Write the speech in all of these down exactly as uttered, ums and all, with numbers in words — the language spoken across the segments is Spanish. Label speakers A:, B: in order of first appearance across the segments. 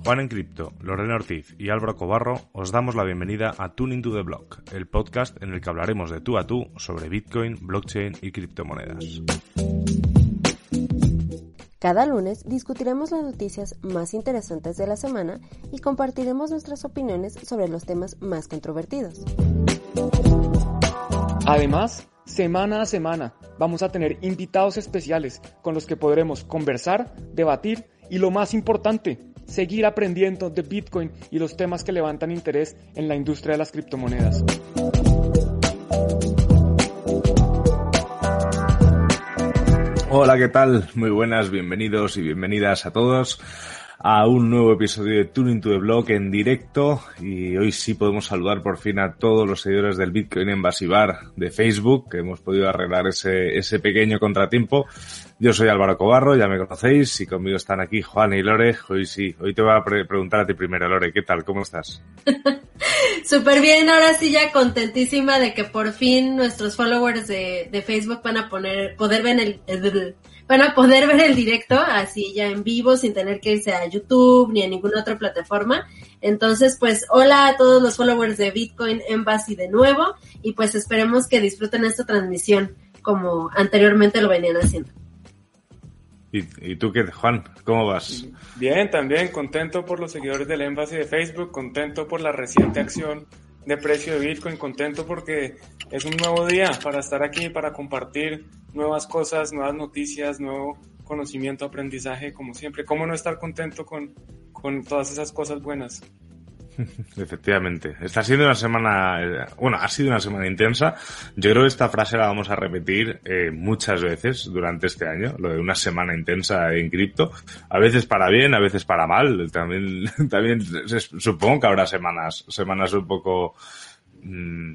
A: Juan en Cripto, Lorena Ortiz y Álvaro Cobarro os damos la bienvenida a Tuning to the Block, el podcast en el que hablaremos de tú a tú sobre Bitcoin, blockchain y criptomonedas.
B: Cada lunes discutiremos las noticias más interesantes de la semana y compartiremos nuestras opiniones sobre los temas más controvertidos.
C: Además, semana a semana vamos a tener invitados especiales con los que podremos conversar, debatir y lo más importante, seguir aprendiendo de Bitcoin y los temas que levantan interés en la industria de las criptomonedas.
A: Hola, ¿qué tal? Muy buenas, bienvenidos y bienvenidas a todos a un nuevo episodio de Tuning to the Block en directo, y hoy sí podemos saludar por fin a todos los seguidores del Bitcoin Embassy Bar de Facebook, que hemos podido arreglar ese, ese pequeño contratiempo. Yo soy Álvaro Cobarro, ya me conocéis, y conmigo están aquí Juan y Lore. Hoy sí, hoy te voy a pre- preguntar a ti primero, Lore, ¿qué tal? ¿Cómo estás?
D: Súper bien, ahora sí ya contentísima de que por fin nuestros followers de, de Facebook van a poner, poder ver el, el, van a poder ver el directo así ya en vivo sin tener que irse a YouTube ni a ninguna otra plataforma. Entonces, pues, hola a todos los followers de Bitcoin Embassy de nuevo, y pues esperemos que disfruten esta transmisión como anteriormente lo venían haciendo.
A: ¿Y, y tú qué, Juan? ¿Cómo vas?
C: Bien, también contento por los seguidores del Embassy de Facebook, contento por la reciente acción de precio de Bitcoin, contento porque es un nuevo día para estar aquí, para compartir nuevas cosas, nuevas noticias, nuevo conocimiento, aprendizaje, como siempre. ¿Cómo no estar contento con, con todas esas cosas buenas?
A: Efectivamente. Está siendo una semana, bueno, ha sido una semana intensa. Yo creo que esta frase la vamos a repetir eh, muchas veces durante este año, lo de una semana intensa en cripto. A veces para bien, a veces para mal. También, también supongo que habrá semanas, semanas un poco mmm,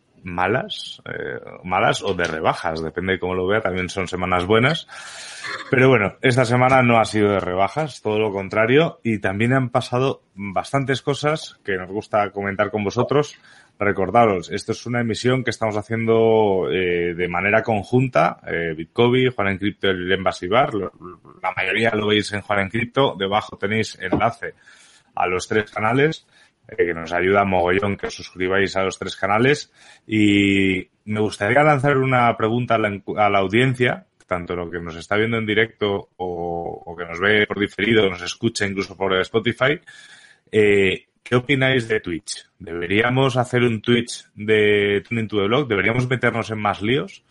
A: malas, eh, malas o de rebajas, depende de cómo lo vea. También son semanas buenas. Pero bueno, esta semana no ha sido de rebajas, todo lo contrario, y también han pasado bastantes cosas que nos gusta comentar con vosotros. Recordaros, esto es una emisión que estamos haciendo eh, de manera conjunta, eh, Bitcoin, Juan en Cripto y el Embassy Bar. La mayoría lo veis en Juan en Cripto, debajo tenéis enlace a los tres canales, eh, que nos ayuda mogollón que os suscribáis a los tres canales. Y me gustaría lanzar una pregunta a la, a la audiencia, tanto lo que nos está viendo en directo o, o que nos ve por diferido, nos escucha incluso por Spotify. Eh, ¿Qué opináis de Twitch? ¿Deberíamos hacer un Twitch de Tuning to the Block? ¿Deberíamos meternos en más líos?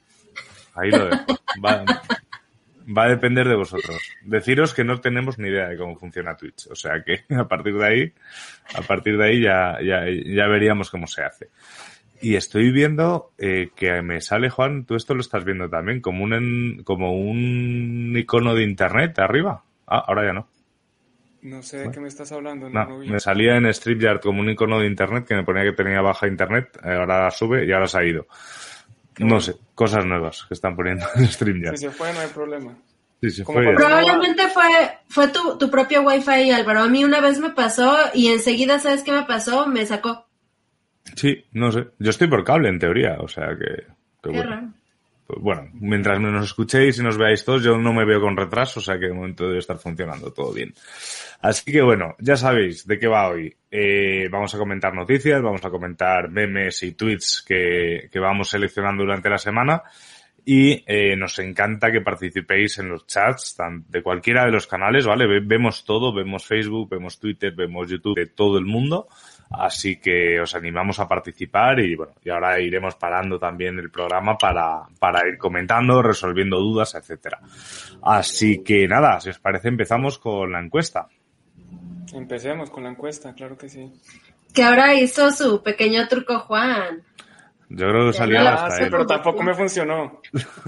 A: Ahí lo dejo. Va, va a depender de vosotros. Deciros que no tenemos ni idea de cómo funciona Twitch. O sea que a partir de ahí, a partir de ahí ya, ya, ya veríamos cómo se hace. Y estoy viendo eh, que me sale, Juan, tú esto lo estás viendo también, como un en, como un icono de internet arriba. Ah, ahora ya no.
C: No sé de ¿Bueno? qué me estás hablando.
A: No,
C: no, no
A: me salía en StreamYard como un icono de internet que me ponía que tenía baja internet, ahora sube y ahora se ha ido. Qué no bueno. sé, cosas nuevas que están poniendo en StreamYard.
C: Si se fue, no hay problema.
A: Sí, se fue.
D: Probablemente fue fue tu, tu propio Wi-Fi, Álvaro. A mí una vez me pasó y enseguida, ¿sabes qué me pasó? Me sacó.
A: Sí, no sé. Yo estoy por cable, en teoría, o sea que... que
D: Qué
A: bueno.
D: raro.
A: Pues bueno, mientras nos escuchéis y nos veáis todos, yo no me veo con retraso, o sea que de momento debe estar funcionando todo bien. Así que bueno, ya sabéis de qué va hoy. Eh, vamos a comentar noticias, vamos a comentar memes y tweets que, que vamos seleccionando durante la semana. Y eh, nos encanta que participéis en los chats de cualquiera de los canales, ¿vale? Vemos todo, vemos Facebook, vemos Twitter, vemos YouTube de todo el mundo. Así que os animamos a participar y bueno, y ahora iremos parando también el programa para, para ir comentando, resolviendo dudas, etcétera. Así que nada, si os parece empezamos con la encuesta.
C: Empecemos con la encuesta, claro que sí.
D: Que ahora hizo su pequeño truco, Juan.
A: Yo creo que salió
C: ah,
A: hasta
C: sí,
A: él.
C: Pero tampoco me funcionó.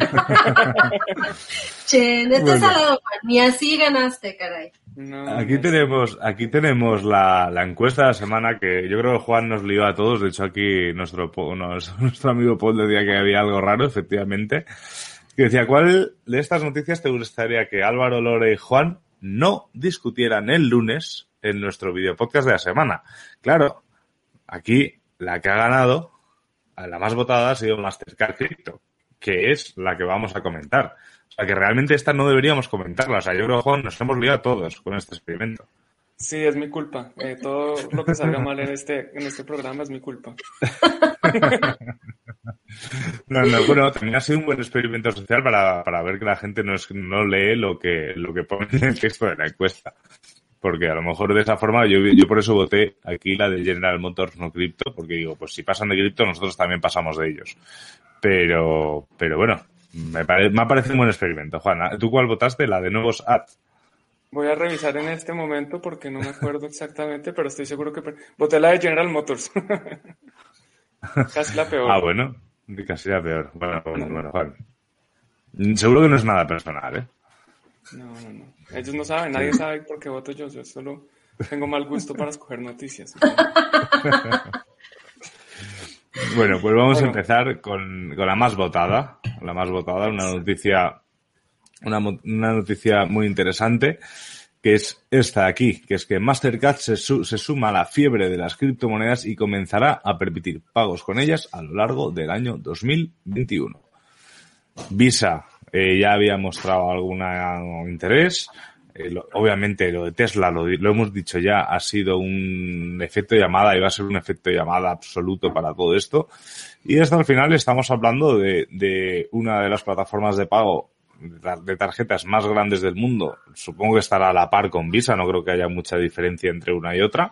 D: Che, no estás al lado, Juan. Ni así ganaste, caray.
C: No,
A: aquí
C: no
A: tenemos,
C: sé.
A: aquí tenemos la, la encuesta de la semana que yo creo que Juan nos lió a todos. De hecho, aquí nuestro, nuestro amigo Paul decía que había algo raro, efectivamente. Que decía, ¿cuál de estas noticias te gustaría que Álvaro, Lore y Juan no discutieran el lunes en nuestro video podcast de la semana? Claro, aquí la que ha ganado, la más votada, ha sido Mastercard Crypto, que es la que vamos a comentar. O sea, que realmente esta no deberíamos comentarla. O sea, yo creo, Juan, nos hemos liado todos con este experimento.
C: Sí, es mi culpa. Eh, todo lo que salga mal en este, en este programa es mi culpa.
A: No, no, bueno, también ha sido un buen experimento social para, para ver que la gente no, es, no lee lo que, lo que pone en el texto de la encuesta. Porque a lo mejor de esa forma, yo, yo por eso voté aquí la de General Motors no cripto, porque digo, pues si pasan de cripto, nosotros también pasamos de ellos. Pero, pero bueno, me, pare, me ha parecido un buen experimento. Juana, ¿tú cuál votaste? La de nuevos A D.
C: Voy a revisar en este momento porque no me acuerdo exactamente, pero estoy seguro que... Voté la de General Motors. Casi la peor.
A: Ah, bueno, casi la peor. Bueno, bueno, bueno, Juan. Seguro que no es nada personal, ¿eh?
C: No, no, no. Ellos no saben, nadie sabe por qué voto yo. Yo solo tengo mal gusto para escoger noticias.
A: Bueno, pues vamos
C: bueno.
A: a empezar con, con la más votada. La más votada, una noticia... Una, una noticia muy interesante, que es esta de aquí, que es que Mastercard se, su, se suma a la fiebre de las criptomonedas y comenzará a permitir pagos con ellas a lo largo del año dos mil veintiuno. Visa eh, ya había mostrado algún interés. Eh, lo, obviamente lo de Tesla, lo, lo hemos dicho ya, ha sido un efecto llamada y va a ser un efecto llamada absoluto para todo esto. Y hasta el final estamos hablando de, de una de las plataformas de pago de tarjetas más grandes del mundo. Supongo que estará a la par con Visa, no creo que haya mucha diferencia entre una y otra.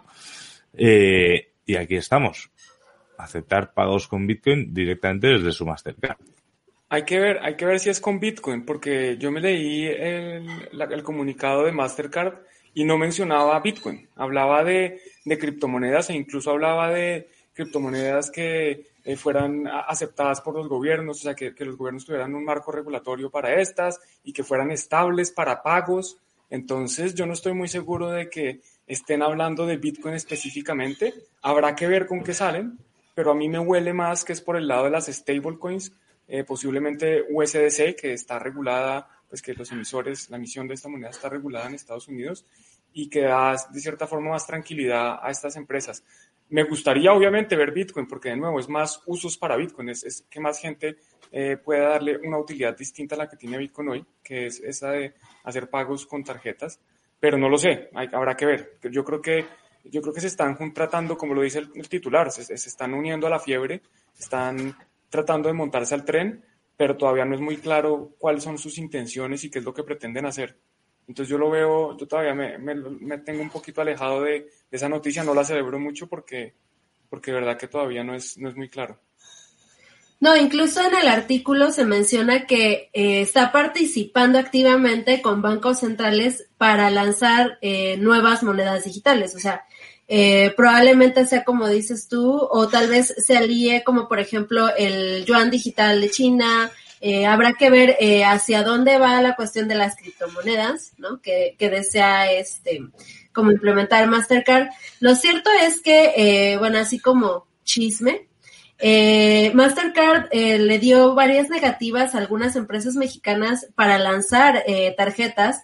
A: Eh, y aquí estamos. Aceptar pagos con Bitcoin directamente desde su Mastercard.
C: Hay que ver, hay que ver si es con Bitcoin, porque yo me leí el, la, el comunicado de Mastercard y no mencionaba Bitcoin. Hablaba de, de criptomonedas e incluso hablaba de criptomonedas que eh, fueran aceptadas por los gobiernos, o sea, que, que los gobiernos tuvieran un marco regulatorio para estas y que fueran estables para pagos. Entonces, yo no estoy muy seguro de que estén hablando de Bitcoin específicamente. Habrá que ver con qué salen, pero a mí me huele más que es por el lado de las stablecoins, eh, posiblemente U S D C, que está regulada, pues que los emisores, la emisión de esta moneda está regulada en Estados Unidos y que da de cierta forma más tranquilidad a estas empresas. Me gustaría obviamente ver Bitcoin porque de nuevo es más usos para Bitcoin, es, es que más gente eh, pueda darle una utilidad distinta a la que tiene Bitcoin hoy, que es esa de hacer pagos con tarjetas, pero no lo sé, hay, habrá que ver. Yo creo que yo creo que se están tratando, como lo dice el, el titular, se, se están uniendo a la fiebre, están tratando de montarse al tren, pero todavía no es muy claro cuáles son sus intenciones y qué es lo que pretenden hacer. Entonces yo lo veo, yo todavía me, me, me tengo un poquito alejado de, de esa noticia, no la celebro mucho porque, porque de verdad que todavía no es, no es muy claro.
D: No, incluso en el artículo se menciona que eh, está participando activamente con bancos centrales para lanzar eh, nuevas monedas digitales, o sea, eh, probablemente sea como dices tú, o tal vez se alíe como por ejemplo el yuan digital de China. Eh, habrá que ver eh, hacia dónde va la cuestión de las criptomonedas, ¿no? Que, que desea este como implementar Mastercard. Lo cierto es que, eh, bueno, así como chisme, eh, Mastercard eh, le dio varias negativas a algunas empresas mexicanas para lanzar eh, tarjetas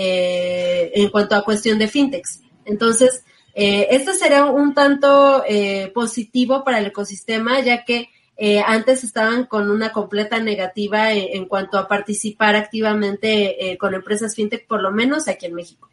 D: eh, en cuanto a cuestión de fintechs. Entonces, eh, esto sería un tanto eh, positivo para el ecosistema, ya que Eh, antes estaban con una completa negativa en, en cuanto a participar activamente eh, con empresas fintech, por lo menos aquí en México.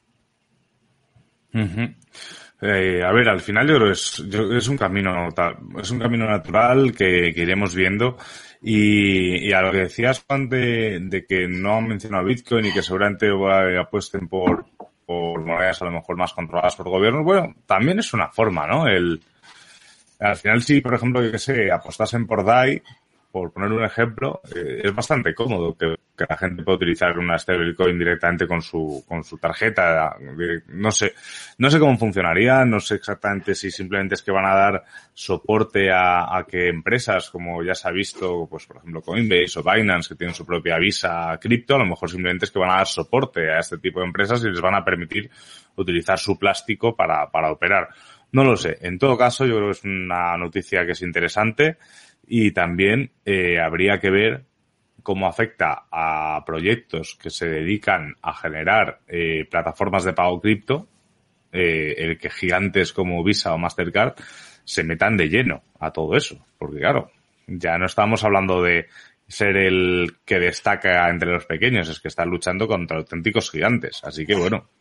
A: Uh-huh. Eh, a ver, al final yo creo que es, yo, es un camino es un camino natural que, que iremos viendo y, y a lo que decías Juan de, de que no han mencionado Bitcoin y que seguramente apuesten por, por monedas a lo mejor más controladas por gobiernos, bueno, también es una forma, ¿no? El Al final, si, por ejemplo, yo qué sé, apostasen por D A I, por poner un ejemplo, eh, es bastante cómodo que, que la gente pueda utilizar una stablecoin directamente con su con su tarjeta. No sé, no sé cómo funcionaría, no sé exactamente si simplemente es que van a dar soporte a, a que empresas, como ya se ha visto, pues por ejemplo Coinbase o Binance, que tienen su propia Visa cripto, a lo mejor simplemente es que van a dar soporte a este tipo de empresas y les van a permitir utilizar su plástico para, para operar. No lo sé. En todo caso, yo creo que es una noticia que es interesante y también eh, habría que ver cómo afecta a proyectos que se dedican a generar eh, plataformas de pago cripto, eh, el que gigantes como Visa o Mastercard se metan de lleno a todo eso. Porque claro, ya no estamos hablando de ser el que destaca entre los pequeños, es que están luchando contra auténticos gigantes. Así que bueno,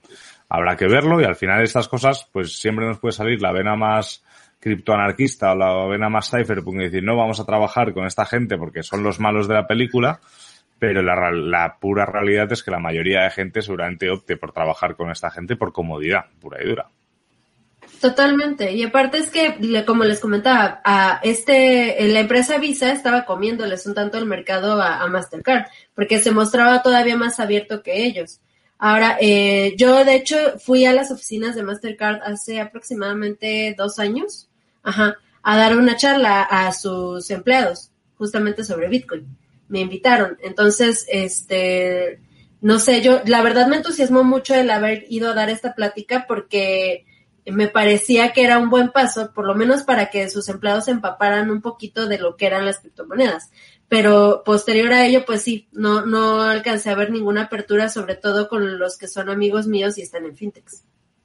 A: habrá que verlo y al final estas cosas, pues siempre nos puede salir la vena más criptoanarquista o la vena más cypherpunk y decir, no, vamos a trabajar con esta gente porque son los malos de la película, pero la, la pura realidad es que la mayoría de gente seguramente opte por trabajar con esta gente por comodidad, pura y dura.
D: Totalmente. Y aparte es que, como les comentaba, a este, la empresa Visa estaba comiéndoles un tanto el mercado a, a Mastercard, porque se mostraba todavía más abierto que ellos. Ahora, eh, yo de hecho fui a las oficinas de Mastercard hace aproximadamente dos años, ajá, a dar una charla a sus empleados, justamente sobre Bitcoin. Me invitaron. Entonces, este, no sé, yo, la verdad me entusiasmó mucho el haber ido a dar esta plática porque me parecía que era un buen paso, por lo menos para que sus empleados se empaparan un poquito de lo que eran las criptomonedas. Pero posterior a ello, pues sí, no, no alcancé a ver ninguna apertura, sobre todo con los que son amigos míos y están en fintechs.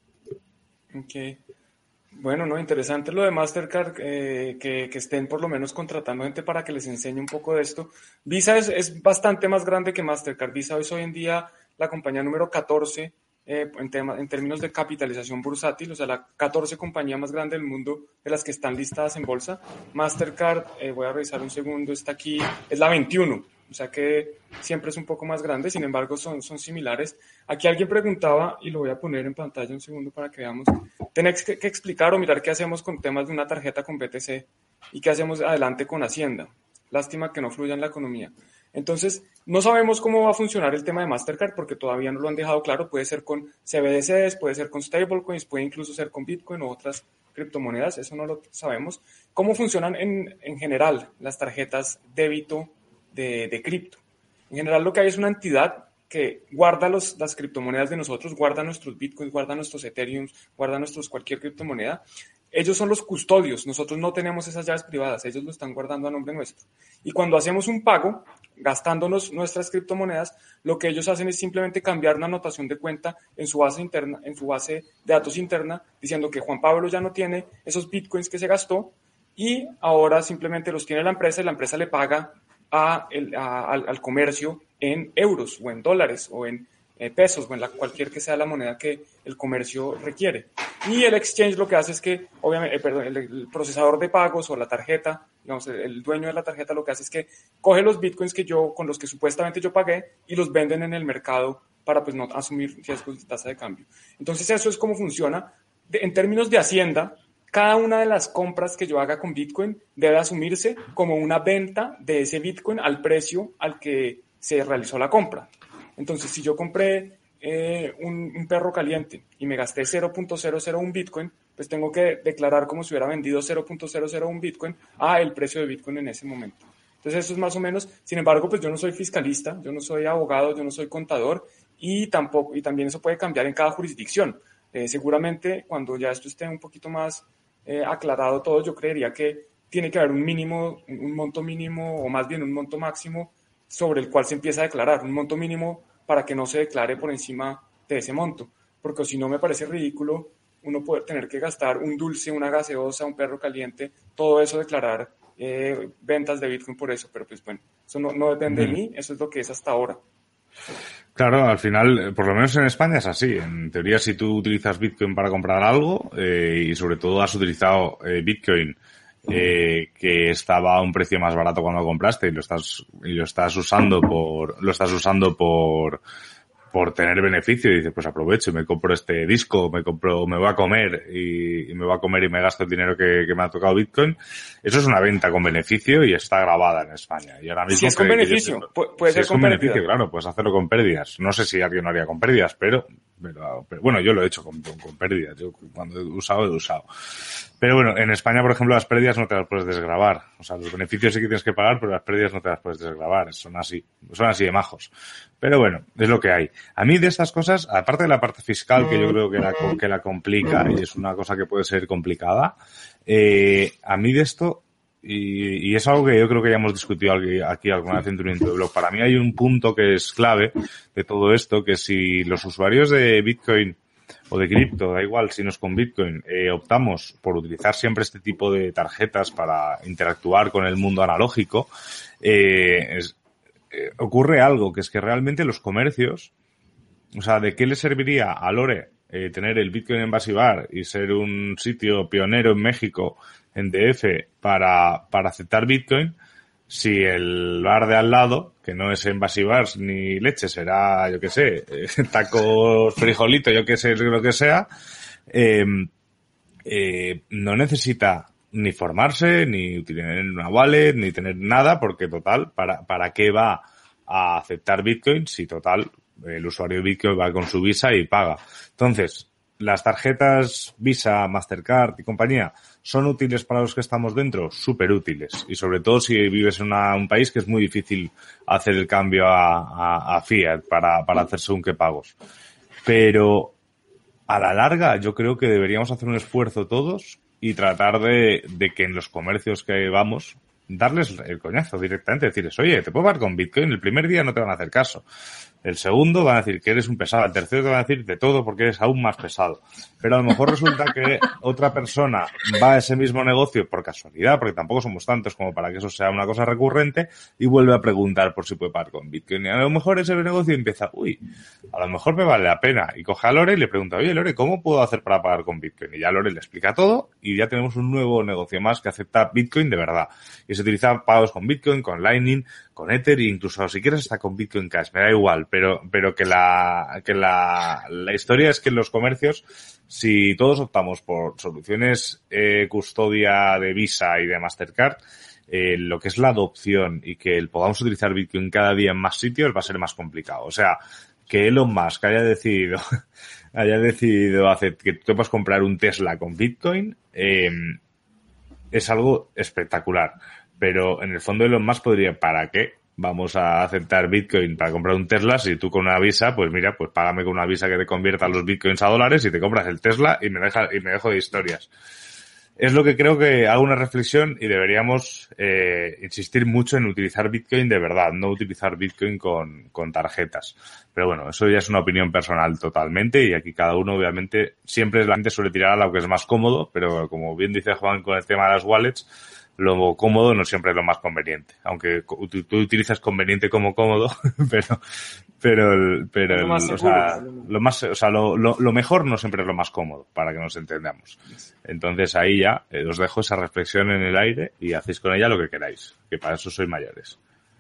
C: Ok. Bueno, no, interesante lo de Mastercard, eh, que, que estén por lo menos contratando gente para que les enseñe un poco de esto. Visa es, es bastante más grande que Mastercard. Visa es hoy en día la compañía número catorce eh, en, tema, en términos de capitalización bursátil, o sea, la catorce compañía más grande del mundo de las que están listadas en bolsa. Mastercard, eh, voy a revisar un segundo, está aquí, es la veintiuno. O sea que siempre es un poco más grande, sin embargo son, son similares. Aquí alguien preguntaba, y lo voy a poner en pantalla un segundo para que veamos, tenés que, que explicar o mirar qué hacemos con temas de una tarjeta con B T C y qué hacemos adelante con Hacienda. Lástima que no fluya en la economía. Entonces, no sabemos cómo va a funcionar el tema de Mastercard porque todavía no lo han dejado claro. Puede ser con C B D Cs, puede ser con stablecoins, puede incluso ser con Bitcoin o otras criptomonedas, eso no lo sabemos. ¿Cómo funcionan en, en general las tarjetas débito de, de cripto? En general lo que hay es una entidad que guarda los, las criptomonedas de nosotros, guarda nuestros bitcoins, guarda nuestros ethereum, guarda nuestros cualquier criptomoneda. Ellos son los custodios, nosotros no tenemos esas llaves privadas, ellos lo están guardando a nombre nuestro. Y cuando hacemos un pago, gastándonos nuestras criptomonedas, lo que ellos hacen es simplemente cambiar una anotación de cuenta en su base interna, en su base de datos interna, diciendo que Juan Pablo ya no tiene esos bitcoins que se gastó y ahora simplemente los tiene la empresa y la empresa le paga a el, a, al, al comercio en euros o en dólares o en eh, pesos o en la, cualquier que sea la moneda que el comercio requiere. Y el exchange lo que hace es que, obviamente, eh, perdón, el, el procesador de pagos o la tarjeta, digamos, el, el dueño de la tarjeta lo que hace es que coge los bitcoins que yo, con los que supuestamente yo pagué y los venden en el mercado para pues no asumir riesgos de tasa de cambio. Entonces eso es cómo funciona. De, en términos de Hacienda, cada una de las compras que yo haga con Bitcoin debe asumirse como una venta de ese Bitcoin al precio al que se realizó la compra. Entonces, si yo compré eh, un, un perro caliente y me gasté cero punto cero cero uno Bitcoin, pues tengo que declarar como si hubiera vendido cero punto cero cero uno Bitcoin a el precio de Bitcoin en ese momento. Entonces, eso es más o menos. Sin embargo, pues yo no soy fiscalista, yo no soy abogado, yo no soy contador y tampoco y también eso puede cambiar en cada jurisdicción. Eh, seguramente, cuando ya esto esté un poquito más Eh, aclarado todo, yo creería que tiene que haber un mínimo, un monto mínimo o más bien un monto máximo sobre el cual se empieza a declarar, un monto mínimo para que no se declare por encima de ese monto, porque si no me parece ridículo uno poder tener que gastar un dulce, una gaseosa, un perro caliente, todo eso declarar eh, ventas de Bitcoin por eso, pero pues bueno, eso no, no depende de mí, eso es lo que es hasta ahora.
A: Claro, al final, por lo menos en España es así. En teoría, si tú utilizas Bitcoin para comprar algo eh, y sobre todo has utilizado eh, Bitcoin eh, que estaba a un precio más barato cuando lo compraste y lo estás y lo estás usando por lo estás usando por por tener beneficio y dices, pues aprovecho y me compro este disco, me compro, me voy a comer y, y me voy a comer y me gasto el dinero que, que me ha tocado Bitcoin. Eso es una venta con beneficio y está grabada en España. Y ahora mismo
C: si es con beneficio, yo, puede
A: si
C: ser
A: es
C: con,
A: con beneficio,
C: pérdida.
A: Claro, puedes hacerlo con pérdidas. No sé si alguien lo haría con pérdidas, pero, pero, pero bueno, yo lo he hecho con, con, con pérdidas. Yo cuando he usado, he usado. Pero bueno, en España, por ejemplo, las pérdidas no te las puedes desgravar. O sea, los beneficios sí que tienes que pagar, pero las pérdidas no te las puedes desgravar. Son así, son así de majos. Pero bueno, es lo que hay. A mí de estas cosas, aparte de la parte fiscal, que yo creo que la, que la complica, y es una cosa que puede ser complicada, eh, a mí de esto, y, y es algo que yo creo que ya hemos discutido aquí alguna vez en tu blog, para mí hay un punto que es clave de todo esto, que si los usuarios de Bitcoin o de cripto, da igual si no es con Bitcoin, eh, optamos por utilizar siempre este tipo de tarjetas para interactuar con el mundo analógico, eh, es, eh, ocurre algo, que es que realmente los comercios, o sea, ¿de qué le serviría a Lore eh, tener el Bitcoin Embassy Bar y ser un sitio pionero en México, en D F, para, para aceptar Bitcoin, si el bar de al lado, que no es Embassy Bars ni leche, será, yo qué sé, eh, tacos, frijolito, yo qué sé, lo que sea, eh, eh, no necesita ni formarse, ni tener una wallet, ni tener nada, porque total, ¿para, para qué va a aceptar Bitcoin si total el usuario de Bitcoin va con su Visa y paga? Entonces, las tarjetas Visa, Mastercard y compañía son útiles para los que estamos dentro, súper útiles. Y sobre todo si vives en una, un país que es muy difícil hacer el cambio a, a, a fiat para, para hacer según qué pagos. Pero a la larga yo creo que deberíamos hacer un esfuerzo todos y tratar de, de que en los comercios que vamos, darles el coñazo directamente, decirles, oye, te puedo pagar con Bitcoin, el primer día no te van a hacer caso. El segundo van a decir que eres un pesado, el tercero te van a decir de todo porque eres aún más pesado. Pero a lo mejor resulta que otra persona va a ese mismo negocio por casualidad, porque tampoco somos tantos como para que eso sea una cosa recurrente, y vuelve a preguntar por si puede pagar con Bitcoin. Y a lo mejor ese negocio empieza, uy, a lo mejor me vale la pena. Y coge a Lore y le pregunta, oye Lore, ¿cómo puedo hacer para pagar con Bitcoin? Y ya Lore le explica todo y ya tenemos un nuevo negocio más que acepta Bitcoin de verdad. Y se utiliza pagos con Bitcoin, con Lightning, con Ether e incluso si quieres hasta con Bitcoin Cash, me da igual, pero pero que la que la, la historia es que en los comercios, si todos optamos por soluciones eh, custodia de Visa y de Mastercard, eh, lo que es la adopción y que el podamos utilizar Bitcoin cada día en más sitios va a ser más complicado. O sea, que Elon Musk haya decidido haya decidido hacer que tú puedas comprar un Tesla con Bitcoin eh, es algo espectacular. Pero en el fondo Elon Musk podría, ¿para qué vamos a aceptar Bitcoin para comprar un Tesla si tú con una Visa, pues mira, pues págame con una Visa que te convierta los Bitcoins a dólares y te compras el Tesla y me deja, y me dejo de historias? Es lo que creo que hago una reflexión y deberíamos eh, insistir mucho en utilizar Bitcoin de verdad, no utilizar Bitcoin con, con tarjetas. Pero bueno, eso ya es una opinión personal totalmente y aquí cada uno obviamente siempre la gente suele tirar a lo que es más cómodo, pero como bien dice Juan con el tema de las wallets, lo cómodo no siempre es lo más conveniente, aunque tú, tú utilizas conveniente como cómodo, pero pero pero el, o sea, lo más, o sea, lo, lo, lo mejor no siempre es lo más cómodo, para que nos entendamos. Entonces ahí ya eh, os dejo esa reflexión en el aire y hacéis con ella lo que queráis, que para eso sois mayores.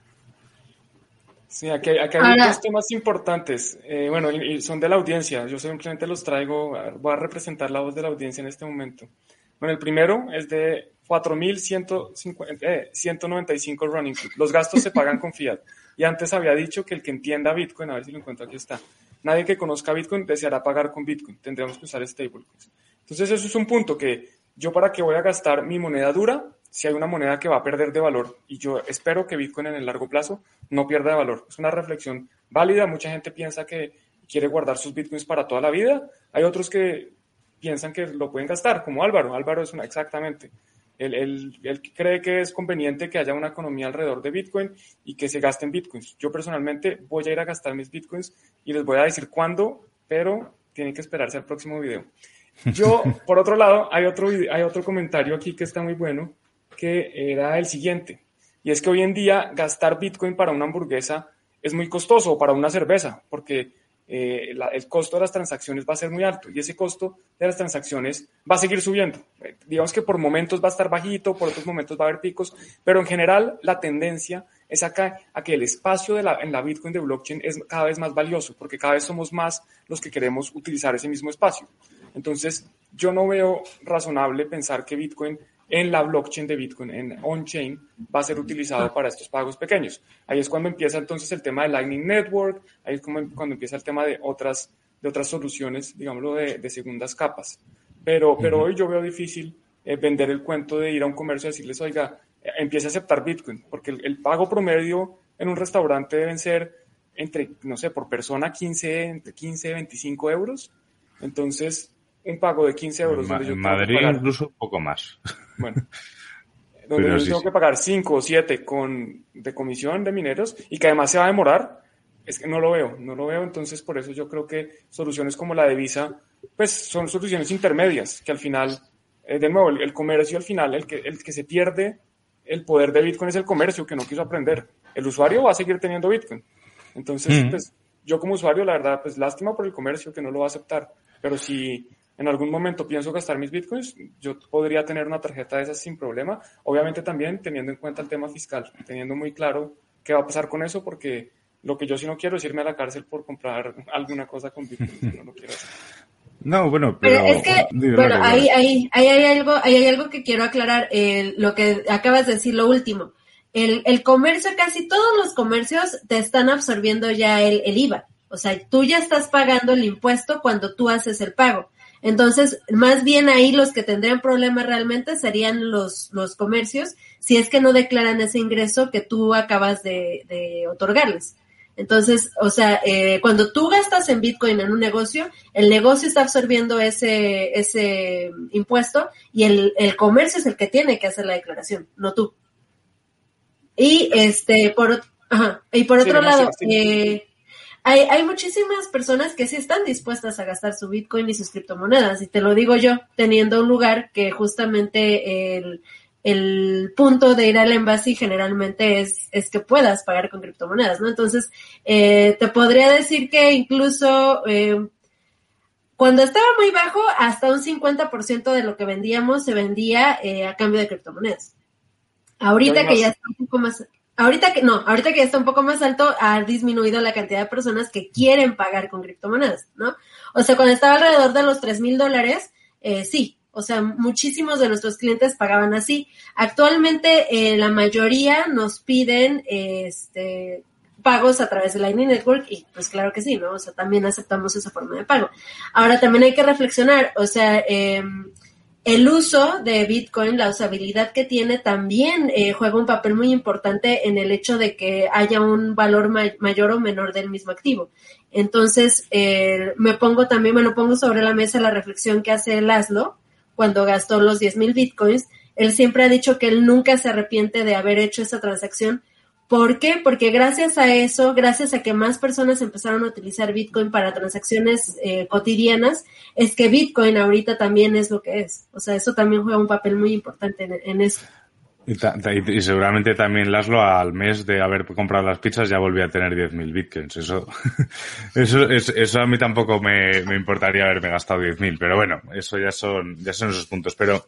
C: Sí, aquí, aquí hay Ahora, dos temas importantes. Eh, bueno, y, y son de la audiencia. Yo simplemente los traigo, voy a representar la voz de la audiencia en este momento. Bueno, el primero es de cuatro mil ciento noventa y cinco running club. Los gastos se pagan con fiat. Y antes había dicho que el que entienda Bitcoin, a ver si lo encuentro, aquí está. Nadie que conozca Bitcoin deseará pagar con Bitcoin. Tendremos que usar stablecoins. Entonces eso es un punto que yo para qué voy a gastar mi moneda dura si hay una moneda que va a perder de valor. Y yo espero que Bitcoin en el largo plazo no pierda de valor. Es una reflexión válida. Mucha gente piensa que quiere guardar sus Bitcoins para toda la vida. Hay otros que piensan que lo pueden gastar, como Álvaro. Álvaro es una, exactamente. Él, él, él cree que es conveniente que haya una economía alrededor de Bitcoin y que se gasten Bitcoins. Yo personalmente voy a ir a gastar mis Bitcoins y les voy a decir cuándo, pero tienen que esperarse al próximo video. Yo, por otro lado, hay otro, hay otro comentario aquí que está muy bueno, que era el siguiente. Y es que hoy en día gastar Bitcoin para una hamburguesa es muy costoso, o para una cerveza, porque Eh, la, el costo de las transacciones va a ser muy alto y ese costo de las transacciones va a seguir subiendo. Eh, digamos que por momentos va a estar bajito, por otros momentos va a haber picos, pero en general la tendencia es acá a que el espacio de la, en la Bitcoin de blockchain es cada vez más valioso porque cada vez somos más los que queremos utilizar ese mismo espacio. Entonces yo no veo razonable pensar que Bitcoin en la blockchain de Bitcoin, en on-chain, va a ser utilizado para estos pagos pequeños. Ahí es cuando empieza entonces el tema de Lightning Network, ahí es como, cuando empieza el tema de otras, de otras soluciones, digámoslo, de, de segundas capas. Pero, pero uh-huh. hoy yo veo difícil eh, vender el cuento de ir a un comercio y decirles, oiga, eh, empiece a aceptar Bitcoin, porque el, el pago promedio en un restaurante deben ser entre, no sé, por persona quince, entre quince y veinticinco euros. Entonces, un pago de quince euros.
A: En, en Madrid pagar, incluso un poco más.
C: Bueno, donde yo sí, tengo sí. que pagar cinco o siete con, de comisión de mineros y que además se va a demorar, es que no lo veo, no lo veo. Entonces, por eso yo creo que soluciones como la de Visa, pues son soluciones intermedias, que al final, eh, de nuevo, el, el comercio al final, el que, el que se pierde el poder de Bitcoin es el comercio, que no quiso aprender. El usuario va a seguir teniendo Bitcoin. Entonces, mm. pues yo como usuario, la verdad, pues lástima por el comercio que no lo va a aceptar. Pero si en algún momento pienso gastar mis bitcoins, yo podría tener una tarjeta de esas sin problema. Obviamente también teniendo en cuenta el tema fiscal, teniendo muy claro qué va a pasar con eso, porque lo que yo sí no quiero es irme a la cárcel por comprar alguna cosa con bitcoins. No, no quiero hacer.
A: No, bueno, pero...
D: pero es que,
A: Dime,
D: bueno,
A: Mario,
D: ahí, ahí, ahí hay algo, ahí hay algo que quiero aclarar, eh, lo que acabas de decir, lo último. El, el comercio, casi todos los comercios te están absorbiendo ya el, el I V A. O sea, tú ya estás pagando el impuesto cuando tú haces el pago. Entonces, más bien ahí los que tendrían problemas realmente serían los, los comercios, si es que no declaran ese ingreso que tú acabas de, de otorgarles. Entonces, o sea, eh, cuando tú gastas en Bitcoin en un negocio, el negocio está absorbiendo ese, ese impuesto y el, el comercio es el que tiene que hacer la declaración, no tú. Y este, por, ajá, y por otro sí, lado, sí, sí. Eh, hay, hay muchísimas personas que sí están dispuestas a gastar su Bitcoin y sus criptomonedas, y te lo digo yo, teniendo un lugar que justamente el, el punto de ir al embassy generalmente es, es que puedas pagar con criptomonedas, ¿no? Entonces, eh, te podría decir que incluso, eh, cuando estaba muy bajo, hasta un cincuenta por ciento de lo que vendíamos se vendía eh, a cambio de criptomonedas. Ahorita que ya está un poco más, ahorita que, no, ahorita que ya está un poco más alto, ha disminuido la cantidad de personas que quieren pagar con criptomonedas, ¿no? O sea, cuando estaba alrededor de los tres mil dólares, eh, sí, o sea, muchísimos de nuestros clientes pagaban así. Actualmente, eh, la mayoría nos piden, eh, este, pagos a través de Lightning Network y pues claro que sí, ¿no? O sea, también aceptamos esa forma de pago. Ahora, también hay que reflexionar, o sea, eh, el uso de Bitcoin, la usabilidad que tiene, también eh, juega un papel muy importante en el hecho de que haya un valor may- mayor o menor del mismo activo. Entonces, eh, me pongo también, me lo pongo sobre la mesa la reflexión que hace Laszlo cuando gastó los diez mil Bitcoins. Él siempre ha dicho que él nunca se arrepiente de haber hecho esa transacción. ¿Por qué? Porque gracias a eso, gracias a que más personas empezaron a utilizar Bitcoin para transacciones eh, cotidianas, es que Bitcoin ahorita también es lo que es. O sea, eso también juega un papel muy importante en, en eso.
A: Y, ta, y, y seguramente también Laszlo, al mes de haber comprado las pizzas, ya volvía a tener diez mil Bitcoins. Eso, eso, es, eso a mí tampoco me, me importaría haberme gastado diez mil, pero bueno, eso ya son, ya son esos puntos. Pero,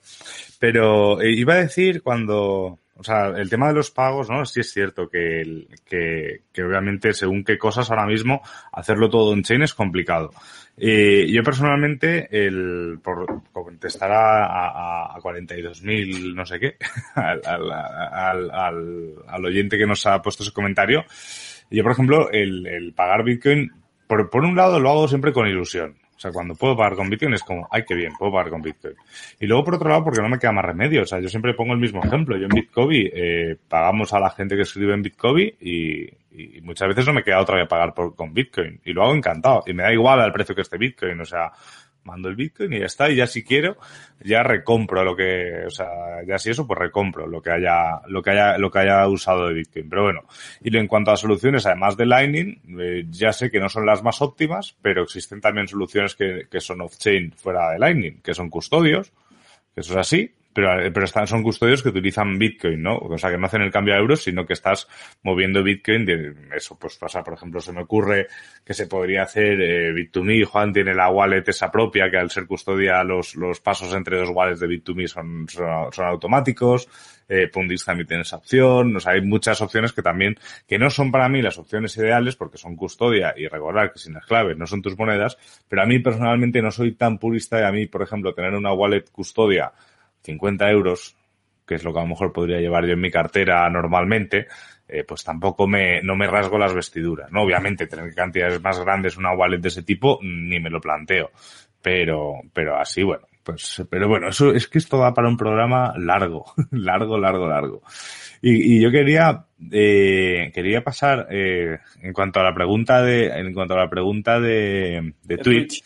A: pero eh, iba a decir cuando... O sea, el tema de los pagos, ¿no? Sí es cierto que, el, que, que obviamente según qué cosas ahora mismo hacerlo todo on-chain es complicado. Eh, yo personalmente, el, por contestar a, a, a cuarenta y dos mil no sé qué, al, al, al, al, al oyente que nos ha puesto ese comentario, yo por ejemplo, el, el pagar Bitcoin, por, por un lado lo hago siempre con ilusión. O sea, cuando puedo pagar con Bitcoin es como, ay, qué bien, puedo pagar con Bitcoin. Y luego, por otro lado, porque no me queda más remedio. O sea, yo siempre pongo el mismo ejemplo. Yo en Bitcoin eh, pagamos a la gente que escribe en Bitcoin y, y muchas veces no me queda otra que pagar por, con Bitcoin. Y lo hago encantado. Y me da igual al precio que esté Bitcoin. O sea, mando el Bitcoin y ya está. Y ya si quiero, ya recompro lo que, o sea, ya si eso, pues recompro lo que haya, lo que haya, lo que haya usado de Bitcoin. Pero bueno, y en cuanto a soluciones, además de Lightning, eh, ya sé que no son las más óptimas, pero existen también soluciones que, que son off-chain fuera de Lightning, que son custodios, que eso es así. Pero, pero están, son custodios que utilizan Bitcoin, ¿no? O sea, que no hacen el cambio a euros, sino que estás moviendo Bitcoin. De eso, pues pasa, por ejemplo, se me ocurre que se podría hacer eh, Bit to Me. Juan tiene la wallet esa propia, que al ser custodia los, los pasos entre dos wallets de Bit to Me son, son, son automáticos. Eh, Pundix también tiene esa opción. O sea, hay muchas opciones que también, que no son para mí las opciones ideales, porque son custodia y recordar que sin las claves no son tus monedas, pero a mí personalmente no soy tan purista y a mí, por ejemplo, tener una wallet custodia cincuenta euros, que es lo que a lo mejor podría llevar yo en mi cartera normalmente, eh, pues tampoco me, no me rasgo las vestiduras, ¿no? Obviamente tener cantidades más grandes una wallet de ese tipo, ni me lo planteo. Pero, pero así, bueno, pues, pero bueno, eso es que esto va para un programa largo, largo, largo, largo. Y, y yo quería, eh, quería pasar, eh, en cuanto a la pregunta de, en cuanto a la pregunta de, de Twitch.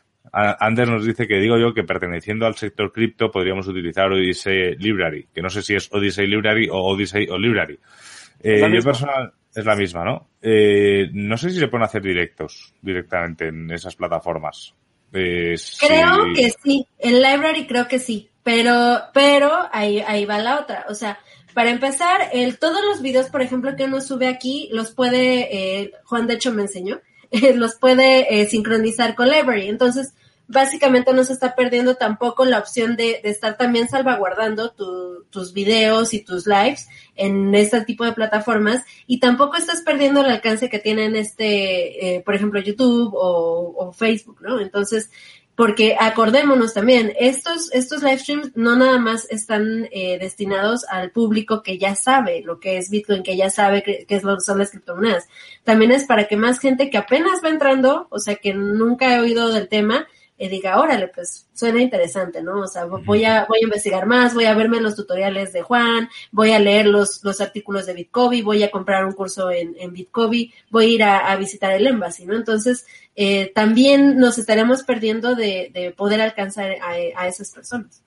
A: Anders nos dice que digo yo que perteneciendo al sector cripto podríamos utilizar Odyssey Library, que no sé si es Odyssey Library o Odyssey o Library. Eh, yo personal, es la misma, ¿no? Eh, no sé si se pueden hacer directos directamente en esas plataformas. Eh,
D: creo
A: si...
D: que sí, en Library creo que sí, pero, pero ahí, ahí va la otra, o sea, para empezar, el, todos los videos, por ejemplo, que uno sube aquí, los puede, eh, Juan de hecho me enseñó, los puede eh, sincronizar con Library. Entonces, básicamente no se está perdiendo tampoco la opción de, de estar también salvaguardando tu, tus videos y tus lives en este tipo de plataformas, y tampoco estás perdiendo el alcance que tienen este, eh, por ejemplo, YouTube o, o Facebook, ¿no? Entonces, porque acordémonos también, estos, estos live streams no nada más están eh, destinados al público que ya sabe lo que es Bitcoin, que ya sabe qué es lo que son las criptomonedas. También es para que más gente que apenas va entrando, o sea, que nunca he oído del tema, eh, diga, órale, pues suena interesante, ¿no? O sea, voy a, voy a investigar más, voy a verme los tutoriales de Juan, voy a leer los, los artículos de Bitcoin, voy a comprar un curso en, en Bitcoin, voy a ir a, a visitar el Embassy, ¿no? Entonces, eh, también nos estaremos perdiendo de, de poder alcanzar a, a esas personas.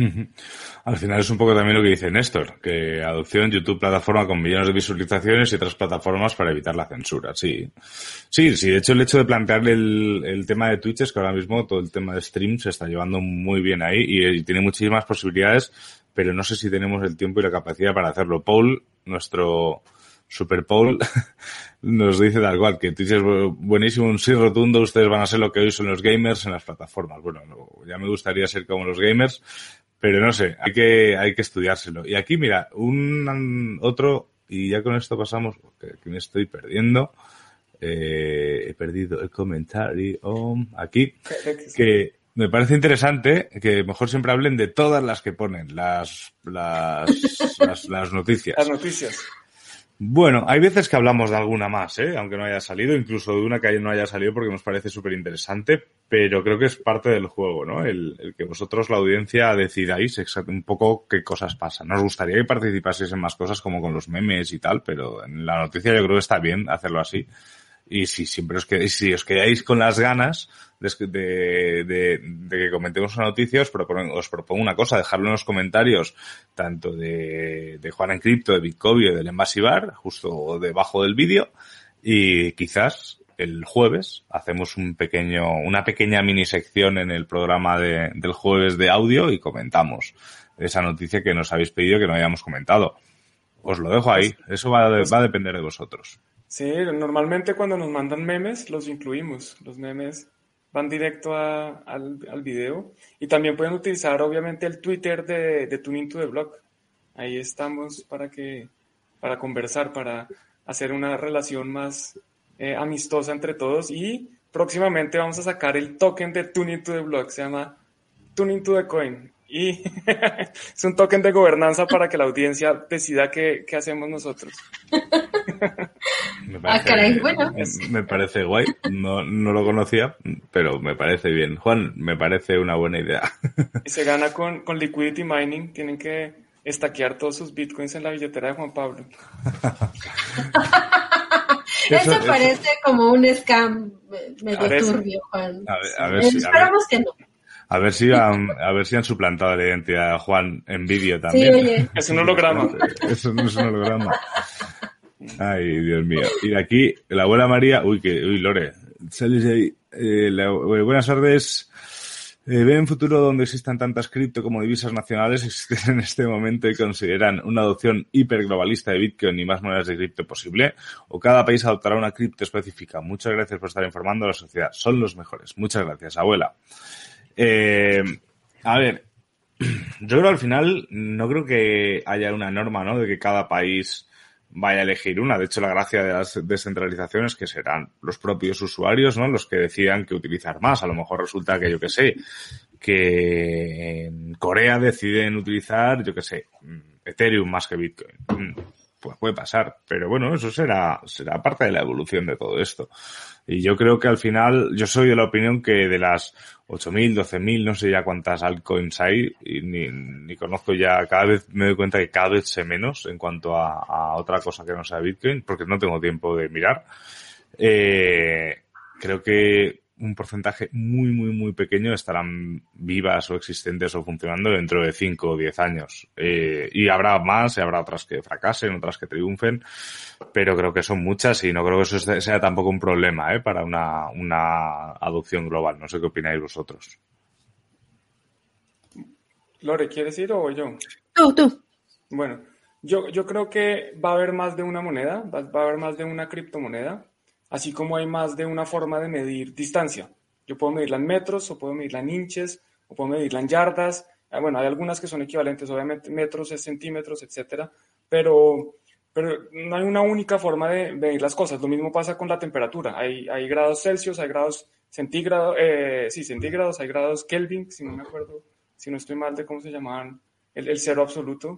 A: Al final es un poco también lo que dice Néstor, que adopción, YouTube, plataforma con millones de visualizaciones y otras plataformas para evitar la censura. Sí, sí, sí. De hecho, el hecho de plantearle el, el tema de Twitch es que ahora mismo todo el tema de stream se está llevando muy bien ahí y, y tiene muchísimas posibilidades, pero no sé si tenemos el tiempo y la capacidad para hacerlo. Paul, nuestro Super Paul, nos dice tal cual, que Twitch es buenísimo, un sí rotundo, ustedes van a ser lo que hoy son los gamers en las plataformas. Bueno, no, ya me gustaría ser como los gamers, pero no sé, hay que hay que estudiárselo. Y aquí, mira, un otro, y ya con esto pasamos, que, que me estoy perdiendo, eh, he perdido el comentario oh, aquí, que me parece interesante que mejor siempre hablen de todas las que ponen, las las, las, las noticias.
C: Las noticias.
A: Bueno, hay veces que hablamos de alguna más, ¿eh? Aunque no haya salido, incluso de una que no haya salido porque nos parece súper interesante, pero creo que es parte del juego, ¿no? El, el que vosotros, la audiencia, decidáis un poco qué cosas pasan. Nos gustaría que participaseis en más cosas como con los memes y tal, pero en la noticia yo creo que está bien hacerlo así. Y si siempre os quedáis, si os quedáis con las ganas de, de, de, de que comentemos una noticia, os propongo, os propongo una cosa, dejarlo en los comentarios, tanto de, de Juan en Cripto, de Bitcoin o del Embassy Bar, justo debajo del vídeo, y quizás el jueves hacemos un pequeño, una pequeña mini sección en el programa de, del jueves de audio y comentamos esa noticia que nos habéis pedido que no hayamos comentado. Os lo dejo ahí, eso va, de, va a depender de vosotros.
C: Sí, normalmente cuando nos mandan memes los incluimos. Los memes van directo a, al, al video. Y también pueden utilizar obviamente el Twitter de, de Tuning to the Block. Ahí estamos para que para conversar, para hacer una relación más eh, amistosa entre todos. Y próximamente vamos a sacar el token de Tuning to the Block. Se llama Tuning to the Coin. Y es un token de gobernanza para que la audiencia decida qué, qué hacemos nosotros.
A: Me parece,
D: ah, caray, bueno.
A: me, me parece guay, no, no lo conocía, pero me parece bien. Juan, me parece una buena idea.
C: Y se gana con, con liquidity mining, tienen que estaquear todos sus bitcoins en la billetera de Juan Pablo.
D: Eso, eso parece eso. Como un scam medio parece. turbio, Juan.
A: A ver, a ver
D: sí.
A: si,
D: Esperamos
A: a ver.
D: que no.
A: A ver si han, a ver si han suplantado la identidad de Juan en vídeo también.
D: Sí, oye.
C: Es un holograma.
A: Eso no es un holograma. Ay, Dios mío. Y de aquí, la abuela María, uy, que, uy, Lore, sales ahí. Eh, la, buenas tardes. Eh, ¿Ven un futuro donde existan tantas cripto como divisas nacionales existen en este momento y consideran una adopción hiperglobalista de Bitcoin y más monedas de cripto posible? ¿O cada país adoptará una cripto específica? Muchas gracias por estar informando a la sociedad. Son los mejores. Muchas gracias, abuela. Eh, a ver, yo creo al final no creo que haya una norma, ¿no? De que cada país vaya a elegir una. De hecho, la gracia de las descentralizaciones que serán los propios usuarios, ¿no? Los que decidan qué utilizar más. A lo mejor resulta que, yo qué sé, que en Corea deciden utilizar, yo qué sé, Ethereum más que Bitcoin. Pues puede pasar, pero bueno, eso será, será parte de la evolución de todo esto. Y yo creo que al final, yo soy de la opinión que de las ocho mil, doce mil, no sé ya cuántas altcoins hay, y ni, ni conozco ya, cada vez me doy cuenta que cada vez sé menos en cuanto a, a otra cosa que no sea Bitcoin, porque no tengo tiempo de mirar. Eh, creo que un porcentaje muy, muy, muy pequeño estarán vivas o existentes o funcionando dentro de cinco o diez años. Eh, y habrá más, y habrá otras que fracasen, otras que triunfen, pero creo que son muchas y no creo que eso sea tampoco un problema, ¿eh? Para una, una adopción global. No sé qué opináis vosotros.
C: Lore, ¿quieres ir o yo?
D: Tú, tú.
C: Bueno, yo, yo creo que va a haber más de una moneda, va, va a haber más de una criptomoneda, así como hay más de una forma de medir distancia. Yo puedo medirla en metros, o puedo medirla en inches, o puedo medirla en yardas. Bueno, hay algunas que son equivalentes, obviamente metros es centímetros, etcétera, pero, pero no hay una única forma de medir las cosas. Lo mismo pasa con la temperatura. Hay, hay grados Celsius, hay grados centígrados, eh, sí, centígrados, hay grados Kelvin, si no me acuerdo, si no estoy mal de cómo se llamaban, el, el cero absoluto.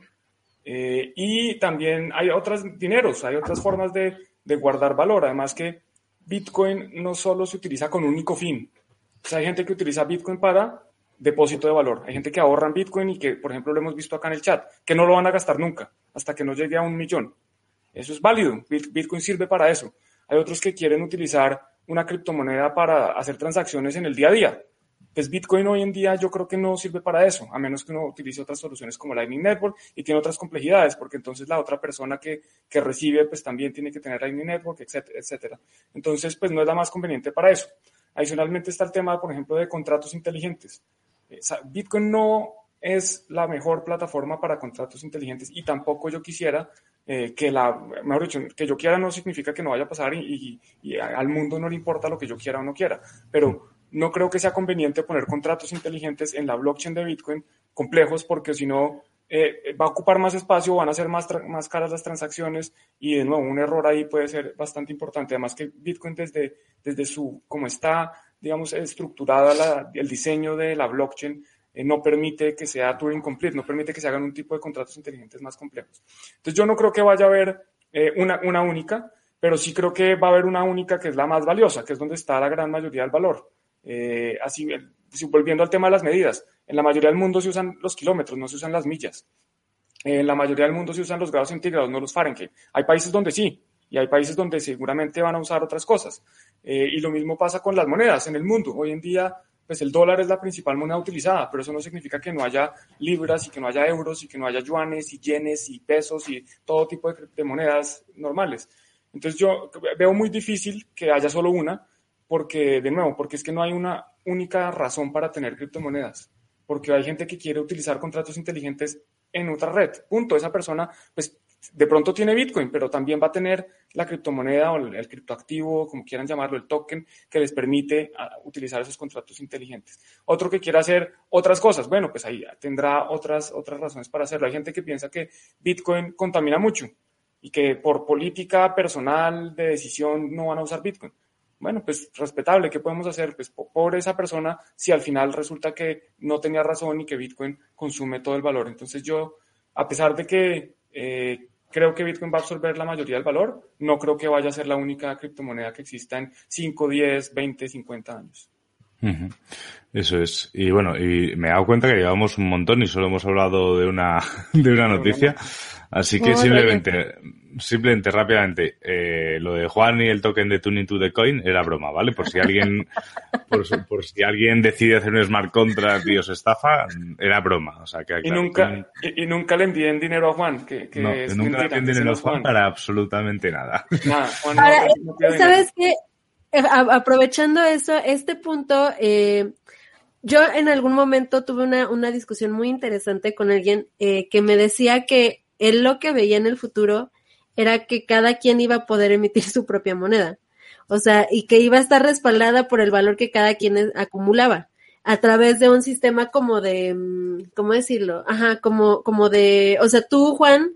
C: Eh, y también hay otros dineros, hay otras formas de, de guardar valor. Además que Bitcoin no solo se utiliza con un único fin. O sea, hay gente que utiliza Bitcoin para depósito de valor. Hay gente que ahorra en Bitcoin y que, por ejemplo, lo hemos visto acá en el chat, que no lo van a gastar nunca, hasta que no llegue a un millón. Eso es válido. Bitcoin sirve para eso. Hay otros que quieren utilizar una criptomoneda para hacer transacciones en el día a día. Pues Bitcoin hoy en día yo creo que no sirve para eso, a menos que uno utilice otras soluciones como Lightning Network y tiene otras complejidades, porque entonces la otra persona que, que recibe pues también tiene que tener Lightning Network, etcétera, etcétera. Entonces pues no es la más conveniente para eso. Adicionalmente está el tema, por ejemplo, de contratos inteligentes. Bitcoin no es la mejor plataforma para contratos inteligentes y tampoco yo quisiera eh, que la, mejor dicho, que yo quiera no significa que no vaya a pasar y, y, y al mundo no le importa lo que yo quiera o no quiera, pero no creo que sea conveniente poner contratos inteligentes en la blockchain de Bitcoin complejos porque si no eh, va a ocupar más espacio, van a ser más, más caras las transacciones y de nuevo un error ahí puede ser bastante importante. Además que Bitcoin desde, desde su, como está, digamos, estructurada la, el diseño de la blockchain, eh, no permite que sea Turing complete, no permite que se hagan un tipo de contratos inteligentes más complejos. Entonces yo no creo que vaya a haber eh, una, una única, pero sí creo que va a haber una única que es la más valiosa, que es donde está la gran mayoría del valor. Eh, así, volviendo al tema de las medidas, en la mayoría del mundo se usan los kilómetros, no se usan las millas. Eh, en la mayoría del mundo se usan los grados centígrados, no los Fahrenheit. Hay países donde sí, y hay países donde seguramente van a usar otras cosas. Eh, y lo mismo pasa con las monedas en el mundo. Hoy en día, pues el dólar es la principal moneda utilizada, pero eso no significa que no haya libras y que no haya euros y que no haya yuanes y yenes y pesos y todo tipo de, de monedas normales. Entonces yo veo muy difícil que haya solo una, porque, de nuevo, porque es que no hay una única razón para tener criptomonedas, porque hay gente que quiere utilizar contratos inteligentes en otra red, punto. Esa persona, pues, de pronto tiene Bitcoin, pero también va a tener la criptomoneda o el, el criptoactivo, como quieran llamarlo, el token, que les permite uh, utilizar esos contratos inteligentes. Otro que quiera hacer otras cosas, bueno, pues ahí tendrá otras, otras razones para hacerlo. Hay gente que piensa que Bitcoin contamina mucho y que por política personal de decisión no van a usar Bitcoin. Bueno, pues respetable, ¿qué podemos hacer? Pues pobre esa persona si al final resulta que no tenía razón y que Bitcoin consume todo el valor. Entonces yo, a pesar de que eh, creo que Bitcoin va a absorber la mayoría del valor, no creo que vaya a ser la única criptomoneda que exista en cinco, diez, veinte, cincuenta años.
A: Uh-huh. Eso es. Y bueno, y me he dado cuenta que llevamos un montón y solo hemos hablado de una, de una noticia. Así que simplemente, simplemente rápidamente, eh, lo de Juan y el token de Tuning to the Coin era broma, ¿vale? Por si alguien, por, por si alguien decide hacer un smart contract y os estafa, era broma. O sea, que,
C: y
A: claro,
C: nunca,
A: Tuning...
C: y, y nunca le envíen dinero a Juan, que, que
A: no,
C: es
A: nunca
C: mentira,
A: le envíen dinero a Juan
C: Juan
A: para absolutamente nada.
C: Nada, Juan
D: Ahora,
C: no, no
D: ¿sabes qué? Aprovechando eso, este punto, eh, yo en algún momento tuve una, una discusión muy interesante con alguien eh, que me decía que él lo que veía en el futuro era que cada quien iba a poder emitir su propia moneda. O sea, y que iba a estar respaldada por el valor que cada quien acumulaba a través de un sistema como de, ¿cómo decirlo? Ajá, como, como de, o sea, tú, Juan,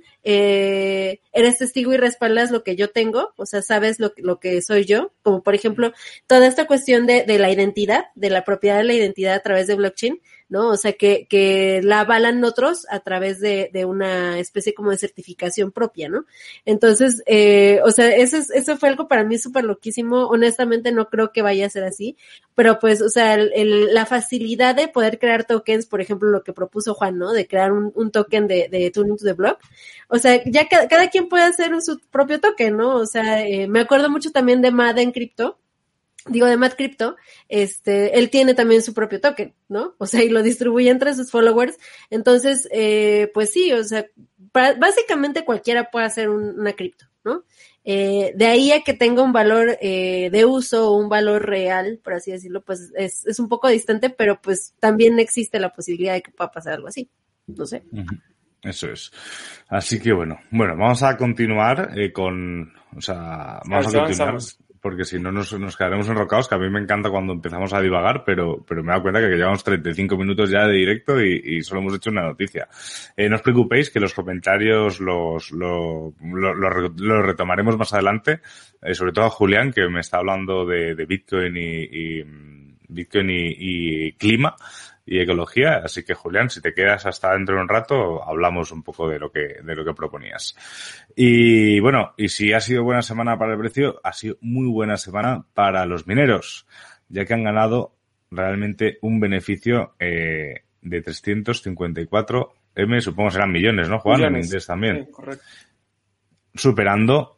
D: eh, eres testigo y respaldas lo que yo tengo, o sea, sabes lo, lo que soy yo, como por ejemplo, toda esta cuestión de, de la identidad, de la propiedad de la identidad a través de blockchain, ¿no? O sea, que, que la avalan otros a través de, de una especie como de certificación propia, ¿no? Entonces, eh, o sea, eso es, eso fue algo para mí súper loquísimo. Honestamente no creo que vaya a ser así, pero pues, o sea, el, el, la facilidad de poder crear tokens, por ejemplo, lo que propuso Juan, ¿no? De crear un, un token de, de Tuning to the Block. O sea, ya cada, cada quien puede hacer su propio token, ¿no? O sea, eh, me acuerdo mucho también de Madden Crypto, digo, de Matt Crypto, este, él tiene también su propio token, ¿no? O sea, y lo distribuye entre sus followers. Entonces, eh, pues sí, o sea, para, básicamente cualquiera puede hacer un, una cripto, ¿no? Eh, de ahí a que tenga un valor eh, de uso o un valor real, por así decirlo, pues es, es un poco distante, pero pues también existe la posibilidad de que pueda pasar algo así. No sé.
A: Eso es. Así que bueno, bueno, vamos a continuar eh, con, o sea, vamos a, a continuar.
C: Avanzamos.
A: porque si no nos, nos quedaremos enrocados, que a mí me encanta cuando empezamos a divagar, pero, pero me he dado cuenta que llevamos treinta y cinco minutos ya de directo y, y solo hemos hecho una noticia. Eh, no os preocupéis que los comentarios los, lo, lo, lo, lo retomaremos más adelante, eh, sobre todo a Julián, que me está hablando de, de Bitcoin y, y Bitcoin y, y clima y ecología, así que Julián, si te quedas hasta dentro de un rato, hablamos un poco de lo que de lo que proponías. Y bueno, y si ha sido buena semana para el precio, ha sido muy buena semana para los mineros, ya que han ganado realmente un beneficio eh, de trescientos cincuenta y cuatro M, supongo serán millones, ¿no, Juan? Millones. En inglés también. Sí, correcto. Superando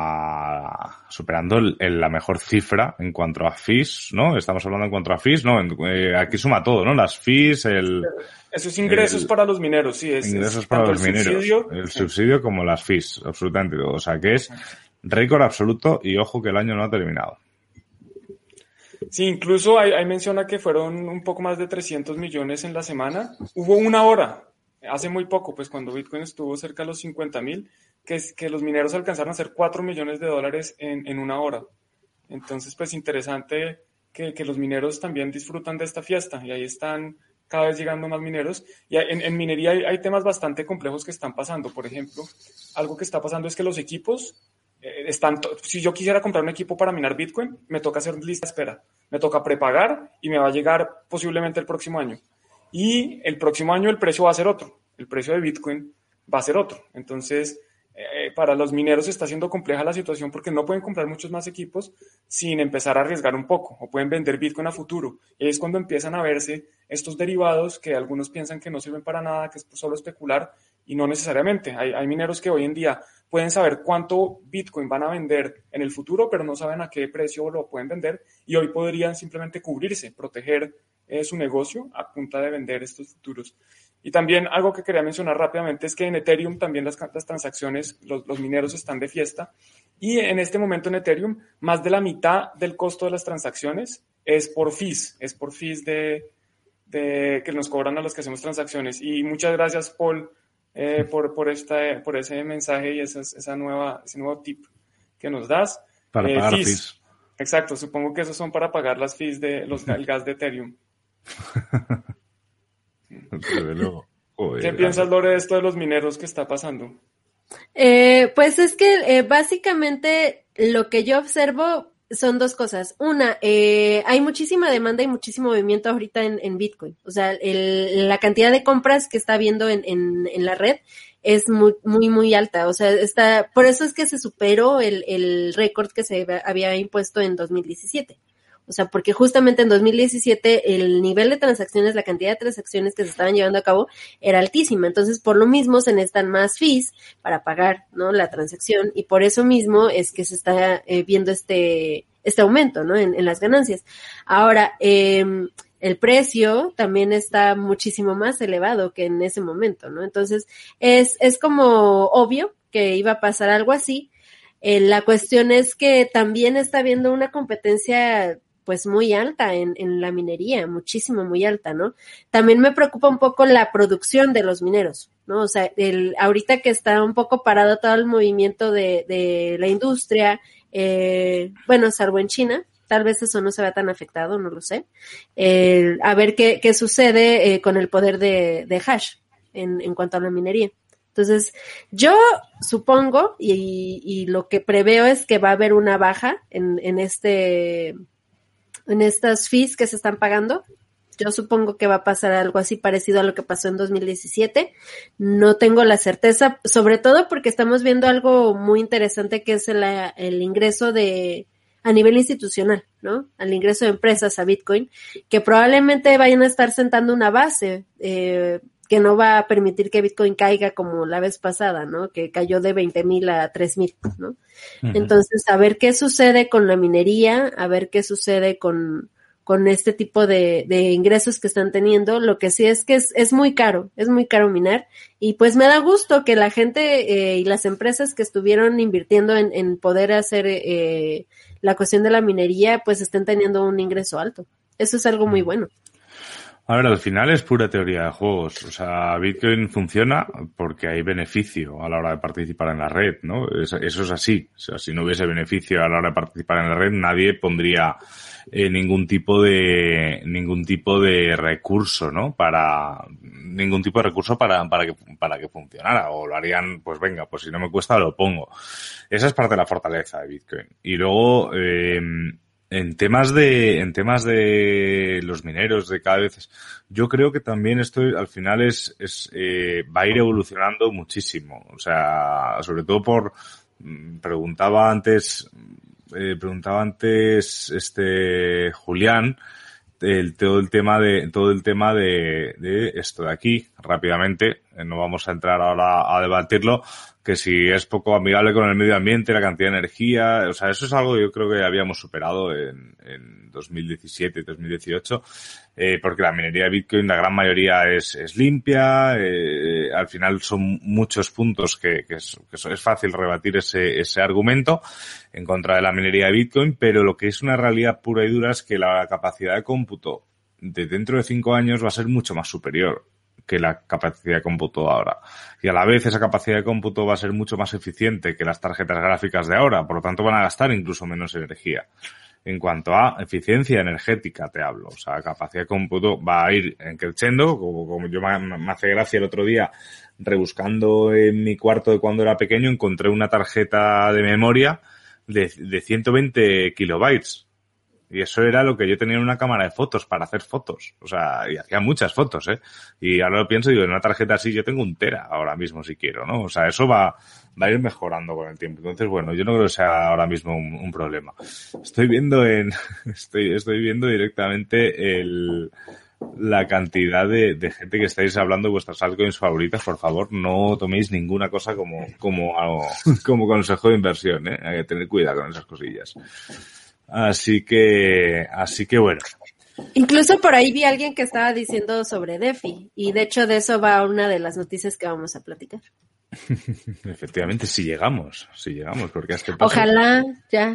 A: a superando el, el, la mejor cifra en cuanto a fees, ¿no? Estamos hablando en cuanto a fees, ¿no? En, eh, aquí suma todo, ¿no? Las fees, el...
C: Esos ingresos el, para los mineros, sí. Es,
A: ingresos
C: es
A: para los
C: el
A: mineros.
C: Subsidio,
A: el
C: sí.
A: subsidio como las fees, absolutamente todo. O sea, que es récord absoluto y ojo que el año no ha terminado.
C: Sí, incluso ahí, ahí menciona que fueron un poco más de trescientos millones en la semana. Hubo una hora, hace muy poco, pues cuando Bitcoin estuvo cerca de los cincuenta mil, que, es, que los mineros alcanzaron a hacer cuatro millones de dólares en, en una hora. Entonces, pues interesante que, que los mineros también disfrutan de esta fiesta y ahí están cada vez llegando más mineros. Y en, en minería hay, hay temas bastante complejos que están pasando. Por ejemplo, algo que está pasando es que los equipos eh, están... Si yo quisiera comprar un equipo para minar Bitcoin, me toca hacer lista de espera. Me toca prepagar y me va a llegar posiblemente el próximo año. Y el próximo año el precio va a ser otro. El precio de Bitcoin va a ser otro. Entonces... Eh, para los mineros está siendo compleja la situación porque no pueden comprar muchos más equipos sin empezar a arriesgar un poco o pueden vender Bitcoin a futuro. Y es cuando empiezan a verse estos derivados que algunos piensan que no sirven para nada, que es solo especular y no necesariamente. Hay, hay mineros que hoy en día pueden saber cuánto Bitcoin van a vender en el futuro, pero no saben a qué precio lo pueden vender y hoy podrían simplemente cubrirse, proteger eh, su negocio a punta de vender estos futuros. Y también algo que quería mencionar rápidamente es que en Ethereum también las, las transacciones, los, los mineros están de fiesta y en este momento en Ethereum más de la mitad del costo de las transacciones es por fees, es por fees de, de, que nos cobran a los que hacemos transacciones. Y muchas gracias, Paul, eh, por, por, esta, por ese mensaje y esa, esa nueva, ese nuevo tip que nos das.
A: Para
C: eh,
A: pagar
C: fees.
A: fees.
C: Exacto, supongo que esos son para pagar las fees de los, el gas de Ethereum.
A: Luego, joder,
C: ¿Qué piensas, Lore, de esto de los mineros que está pasando?
D: Eh, pues es que eh, básicamente lo que yo observo son dos cosas. Una, eh, hay muchísima demanda y muchísimo movimiento ahorita en, en Bitcoin. O sea, el, la cantidad de compras que está habiendo en, en, en la red es muy, muy, muy alta. O sea, está, por eso es que se superó el, el récord que se había impuesto en dos mil diecisiete. O sea, porque justamente en dos mil diecisiete el nivel de transacciones, la cantidad de transacciones que se estaban llevando a cabo era altísima. Entonces, por lo mismo se necesitan más fees para pagar, ¿no?, la transacción y por eso mismo es que se está eh, viendo este este aumento, ¿no?, en, en las ganancias. Ahora, eh, el precio también está muchísimo más elevado que en ese momento, ¿no? Entonces, es es como obvio que iba a pasar algo así. Eh, la cuestión es que también está habiendo una competencia pues muy alta en, en la minería, muchísimo, muy alta, ¿no? También me preocupa un poco la producción de los mineros, ¿no? O sea, el, ahorita que está un poco parado todo el movimiento de, de la industria, eh, bueno, salvo en China, tal vez eso no se vea tan afectado, no lo sé. Eh, a ver qué, qué sucede eh, con el poder de, de hash en, en cuanto a la minería. Entonces, yo supongo y, y lo que preveo es que va a haber una baja en, en este... en estas fees que se están pagando. Yo supongo que va a pasar algo así parecido a lo que pasó en dos mil diecisiete. No tengo la certeza, sobre todo porque estamos viendo algo muy interesante que es el, el ingreso de a nivel institucional, ¿no? Al ingreso de empresas a Bitcoin, que probablemente vayan a estar sentando una base eh, que no va a permitir que Bitcoin caiga como la vez pasada, ¿no? Que cayó de veinte mil a tres mil, ¿no? Uh-huh. Entonces, a ver qué sucede con la minería, a ver qué sucede con, con este tipo de, de ingresos que están teniendo. Lo que sí es que es, es muy caro, es muy caro minar. Y pues me da gusto que la gente eh, y las empresas que estuvieron invirtiendo en, en poder hacer eh, la cuestión de la minería, pues estén teniendo un ingreso alto. Eso es algo muy bueno.
A: A ver, al final es pura teoría de juegos. O sea, Bitcoin funciona porque hay beneficio a la hora de participar en la red, ¿no? Eso es así. O sea, si no hubiese beneficio a la hora de participar en la red, nadie pondría eh, ningún tipo de ningún tipo de recurso, ¿no? Para ningún tipo de recurso para para que para que funcionara. O lo harían, pues venga, pues si no me cuesta lo pongo. Esa es parte de la fortaleza de Bitcoin. Y luego eh, En temas de, en temas de los mineros de cada vez, yo creo que también esto al final es, es, eh, va a ir evolucionando muchísimo. O sea, sobre todo por, preguntaba antes, eh, preguntaba antes, este, Julián, el, todo el tema de, todo el tema de, de esto de aquí, rápidamente, no vamos a entrar ahora a debatirlo, que si es poco amigable con el medio ambiente, la cantidad de energía, o sea, eso es algo que yo creo que habíamos superado en, en dos mil diecisiete y dos mil dieciocho, eh, porque la minería de Bitcoin, la gran mayoría es, es limpia, eh, al final son muchos puntos que, que, es, que es fácil rebatir ese, ese argumento en contra de la minería de Bitcoin, pero lo que es una realidad pura y dura es que la capacidad de cómputo de dentro de cinco años va a ser mucho más superior que la capacidad de cómputo ahora. Y a la vez esa capacidad de cómputo va a ser mucho más eficiente que las tarjetas gráficas de ahora, por lo tanto van a gastar incluso menos energía. En cuanto a eficiencia energética te hablo, o sea, capacidad de cómputo va a ir creciendo, como, como yo me, me hace gracia el otro día, rebuscando en mi cuarto de cuando era pequeño, encontré una tarjeta de memoria de, de ciento veinte kilobytes. Y eso era lo que yo tenía en una cámara de fotos para hacer fotos. O sea, y hacía muchas fotos, ¿eh? Y ahora lo pienso y digo, en una tarjeta así yo tengo un tera ahora mismo si quiero, ¿no? O sea, eso va, va a ir mejorando con el tiempo. Entonces, bueno, yo no creo que sea ahora mismo un, un problema. Estoy viendo en, estoy, estoy viendo directamente el, la cantidad de, de gente que estáis hablando de vuestras altcoins favoritas. Por favor, no toméis ninguna cosa como, como, como consejo de inversión, ¿eh? Hay que tener cuidado con esas cosillas. Así que, así que bueno.
D: Incluso por ahí vi a alguien que estaba diciendo sobre DeFi y de hecho de eso va una de las noticias que vamos a platicar.
A: Efectivamente, si llegamos, si llegamos, porque a este paso...
D: Ojalá, ya.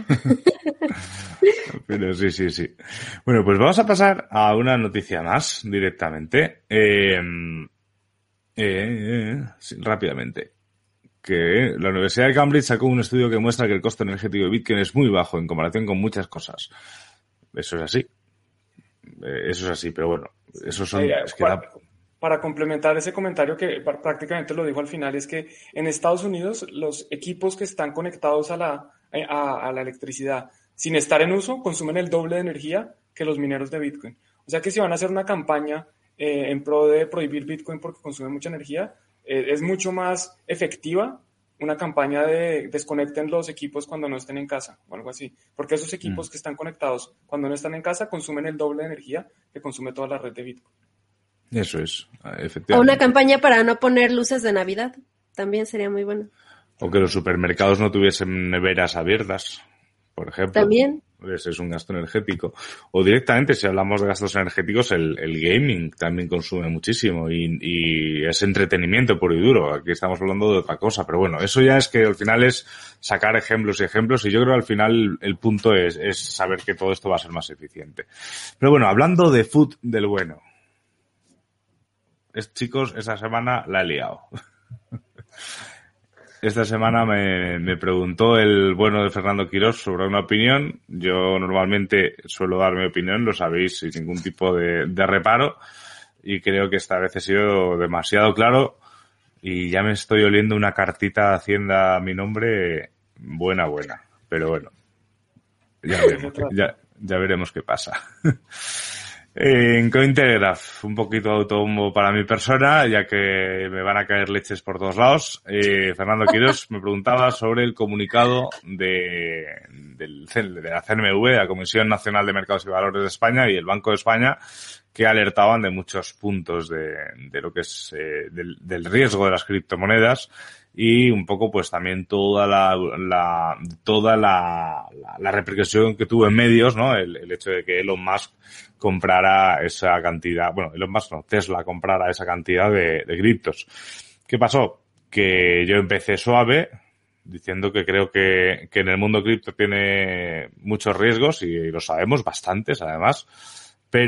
A: Pero sí, sí, sí. Bueno, pues vamos a pasar a una noticia más directamente. Eh, eh, eh, sí, rápidamente. Que la Universidad de Cambridge sacó un estudio que muestra que el costo energético de Bitcoin es muy bajo en comparación con muchas cosas. Eso es así. Eso es así, pero bueno, eso son...
C: Eh,
A: es que
C: para,
A: da...
C: para complementar ese comentario que prácticamente lo dijo al final, es que en Estados Unidos los equipos que están conectados a la, a, a la electricidad sin estar en uso consumen el doble de energía que los mineros de Bitcoin. O sea que si van a hacer una campaña eh, en pro de prohibir Bitcoin porque consume mucha energía, es mucho más efectiva una campaña de desconecten los equipos cuando no estén en casa o algo así. Porque esos equipos mm. que están conectados cuando no están en casa consumen el doble de energía que consume toda la red de Bitcoin.
A: Eso es, efectivamente.
D: O una campaña para no poner luces de Navidad. También sería muy bueno.
A: O que los supermercados no tuviesen neveras abiertas, por ejemplo.
D: También.
A: Ese es un gasto energético. O directamente, si hablamos de gastos energéticos, el, el gaming también consume muchísimo y, y es entretenimiento puro y duro. Aquí estamos hablando de otra cosa, pero bueno, eso ya es que al final es sacar ejemplos y ejemplos y yo creo que al final el punto es, es saber que todo esto va a ser más eficiente. Pero bueno, hablando de food del bueno. Es, chicos, esta semana la he liado. Esta semana me, me preguntó el bueno de Fernando Quirós sobre una opinión. Yo normalmente suelo dar mi opinión, lo sabéis, sin ningún tipo de, de reparo. Y creo que esta vez he sido demasiado claro. Y ya me estoy oliendo una cartita de Hacienda a mi nombre buena, buena. Pero bueno, ya veremos, ya, ya veremos qué pasa. En Cointelegraph, un poquito de autobombo para mi persona, ya que me van a caer leches por todos lados. Eh, Fernando Quirós me preguntaba sobre el comunicado de, del, de la C N M V, la Comisión Nacional de Mercados y Valores de España y el Banco de España, que alertaban de muchos puntos de, de lo que es eh, del, del riesgo de las criptomonedas y un poco pues también toda la, la toda la, la, la repercusión que tuvo en medios, ¿no? El, el hecho de que Elon Musk comprara esa cantidad, bueno, Elon Musk no, Tesla comprara esa cantidad de, de criptos. ¿Qué pasó? Que yo empecé suave, diciendo que creo que, que en el mundo cripto tiene muchos riesgos y lo sabemos, bastantes además, pero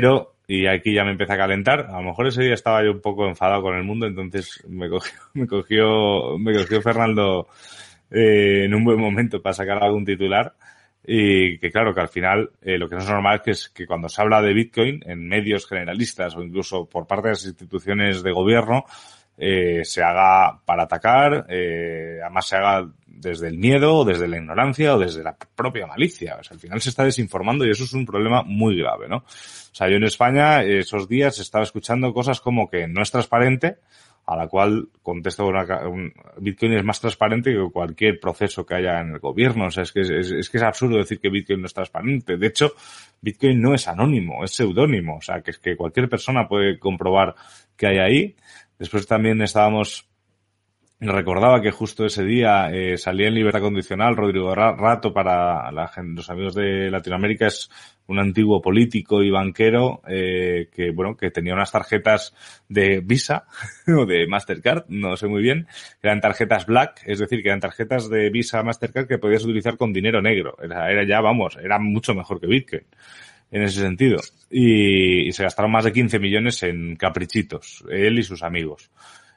A: y aquí ya me empecé a calentar. A lo mejor ese día estaba yo un poco enfadado con el mundo, entonces me cogió, me cogió, me cogió Fernando eh, en un buen momento para sacar algún titular. Y que claro, que al final eh, lo que no es normal es que, es que cuando se habla de Bitcoin en medios generalistas o incluso por parte de las instituciones de gobierno, eh, se haga para atacar, eh, además se haga desde el miedo, o desde la ignorancia o desde la propia malicia. O sea, al final se está desinformando y eso es un problema muy grave, ¿no? O sea, yo en España esos días estaba escuchando cosas como que no es transparente, a la cual contesto una, un, Bitcoin es más transparente que cualquier proceso que haya en el gobierno. O sea, es que es, es que es absurdo decir que Bitcoin no es transparente. De hecho, Bitcoin no es anónimo, es seudónimo. O sea, que es que cualquier persona puede comprobar que hay ahí. Después también estábamos, recordaba que justo ese día eh, salía en libertad condicional Rodrigo Rato, para la, los amigos de Latinoamérica, es un antiguo político y banquero eh, que, bueno, que tenía unas tarjetas de Visa o de Mastercard, no sé muy bien, eran tarjetas black, es decir, que eran tarjetas de Visa Mastercard que podías utilizar con dinero negro. Era, era ya, vamos, era mucho mejor que Bitcoin en ese sentido. Y, y se gastaron más de quince millones en caprichitos, él y sus amigos,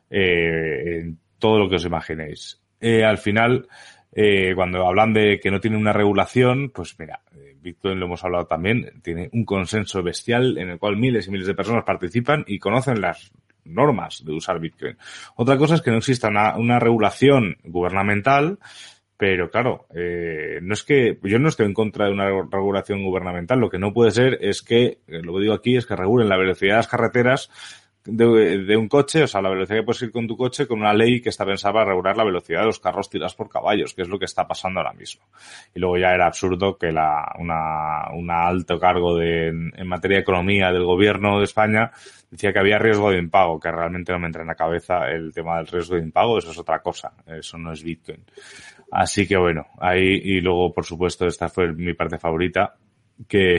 A: eh, en todo lo que os imaginéis. Eh, al final, eh, cuando hablan de que no tiene una regulación, pues mira, Bitcoin, lo hemos hablado también, tiene un consenso bestial en el cual miles y miles de personas participan y conocen las normas de usar Bitcoin. Otra cosa es que no exista una, una regulación gubernamental, pero claro, eh, no es que, yo no estoy en contra de una regulación gubernamental, lo que no puede ser es que, lo que digo aquí es que regulen la velocidad de las carreteras de, de un coche, o sea, la velocidad que puedes ir con tu coche, con una ley que está pensada para regular la velocidad de los carros tirados por caballos, que es lo que está pasando ahora mismo. Y luego ya era absurdo que la, una, una alto cargo de, en, en materia de economía del gobierno de España decía que había riesgo de impago, que realmente no me entra en la cabeza el tema del riesgo de impago, eso es otra cosa, eso no es Bitcoin. Así que bueno, ahí, y luego por supuesto esta fue mi parte favorita, que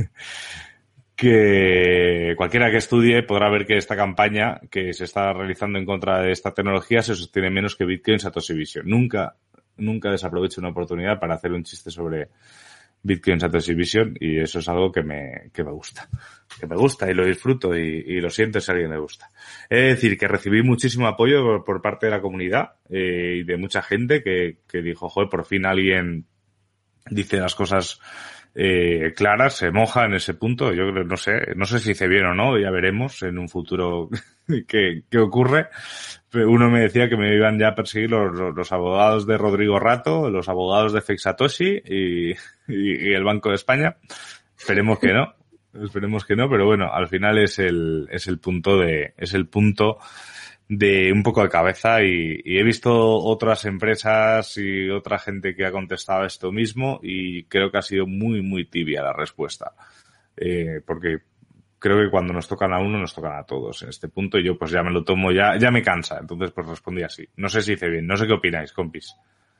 A: que cualquiera que estudie podrá ver que esta campaña que se está realizando en contra de esta tecnología se sostiene menos que Bitcoin Satoshi Vision. Nunca, nunca desaprovecho una oportunidad para hacer un chiste sobre Bitcoin Satoshi Vision y eso es algo que me, que me gusta. Que me gusta y lo disfruto y, y lo siento si a alguien le gusta. Es decir, que recibí muchísimo apoyo por, por parte de la comunidad eh, y de mucha gente que, que dijo, joder, por fin alguien dice las cosas eh, claras, se moja en ese punto. Yo creo, no sé, no sé si hice bien o no, ya veremos en un futuro qué, qué ocurre. Uno me decía que me iban ya a perseguir los, los, los abogados de Rodrigo Rato, los abogados de Fake Satoshi y, y, y el Banco de España. Esperemos que no, esperemos que no, pero bueno, al final es el, es el punto de, es el punto de un poco de cabeza y, y he visto otras empresas y otra gente que ha contestado esto mismo y creo que ha sido muy, muy tibia la respuesta. Eh, porque creo que cuando nos tocan a uno, nos tocan a todos en este punto y yo pues ya me lo tomo, ya, ya me cansa. Entonces pues respondí así. No sé si hice bien, no sé qué opináis, compis.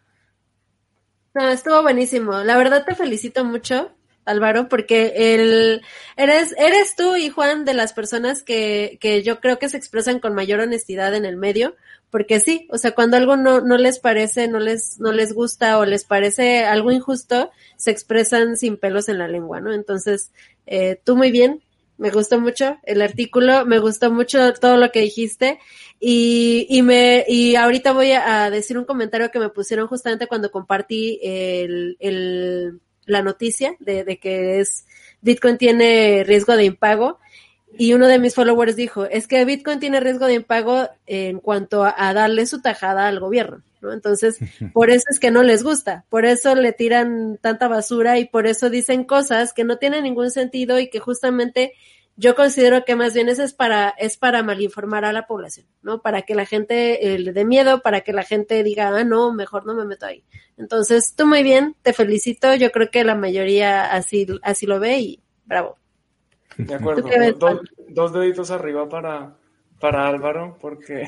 D: No, estuvo buenísimo. La verdad te felicito mucho, Álvaro, porque el, eres, eres tú y Juan de las personas que, que yo creo que se expresan con mayor honestidad en el medio, porque sí, o sea, cuando algo no, no les parece, no les, no les gusta o les parece algo injusto, se expresan sin pelos en la lengua, ¿no? Entonces, eh, tú muy bien, me gustó mucho el artículo, me gustó mucho todo lo que dijiste y, y me, y ahorita voy a, a decir un comentario que me pusieron justamente cuando compartí el, el, la noticia de, de que es Bitcoin tiene riesgo de impago y uno de mis followers dijo, es que Bitcoin tiene riesgo de impago en cuanto a, a darle su tajada al gobierno, ¿no? Entonces, por eso es que no les gusta, por eso le tiran tanta basura y por eso dicen cosas que no tienen ningún sentido y que justamente yo considero que más bien eso es para, es para malinformar a la población, ¿no? Para que la gente eh, le dé miedo, para que la gente diga, ah, no, mejor no me meto ahí. Entonces, tú muy bien, te felicito, yo creo que la mayoría así, así lo ve y bravo.
C: De acuerdo, dos, dos deditos arriba para, para Álvaro, porque,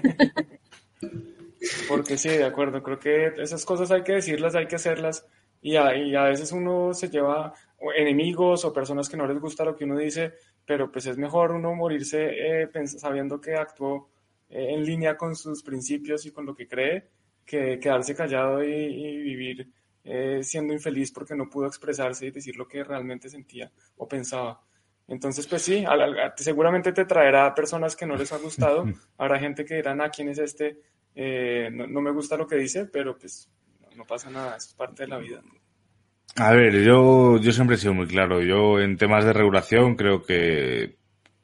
C: porque sí, de acuerdo, creo que esas cosas hay que decirlas, hay que hacerlas, y a, y a veces uno se lleva enemigos o personas que no les gusta lo que uno dice, pero pues es mejor uno morirse eh, pens- sabiendo que actuó eh, en línea con sus principios y con lo que cree, que quedarse callado y, y vivir eh, siendo infeliz porque no pudo expresarse y decir lo que realmente sentía o pensaba. Entonces, pues sí, a, a, seguramente te traerá personas que no les ha gustado. Habrá gente que dirán, ah, ¿quién es este? Eh, no, no me gusta lo que dice, pero pues no, no pasa nada, eso es parte de la vida.
A: A ver, yo, yo siempre he sido muy claro. Yo en temas de regulación creo que,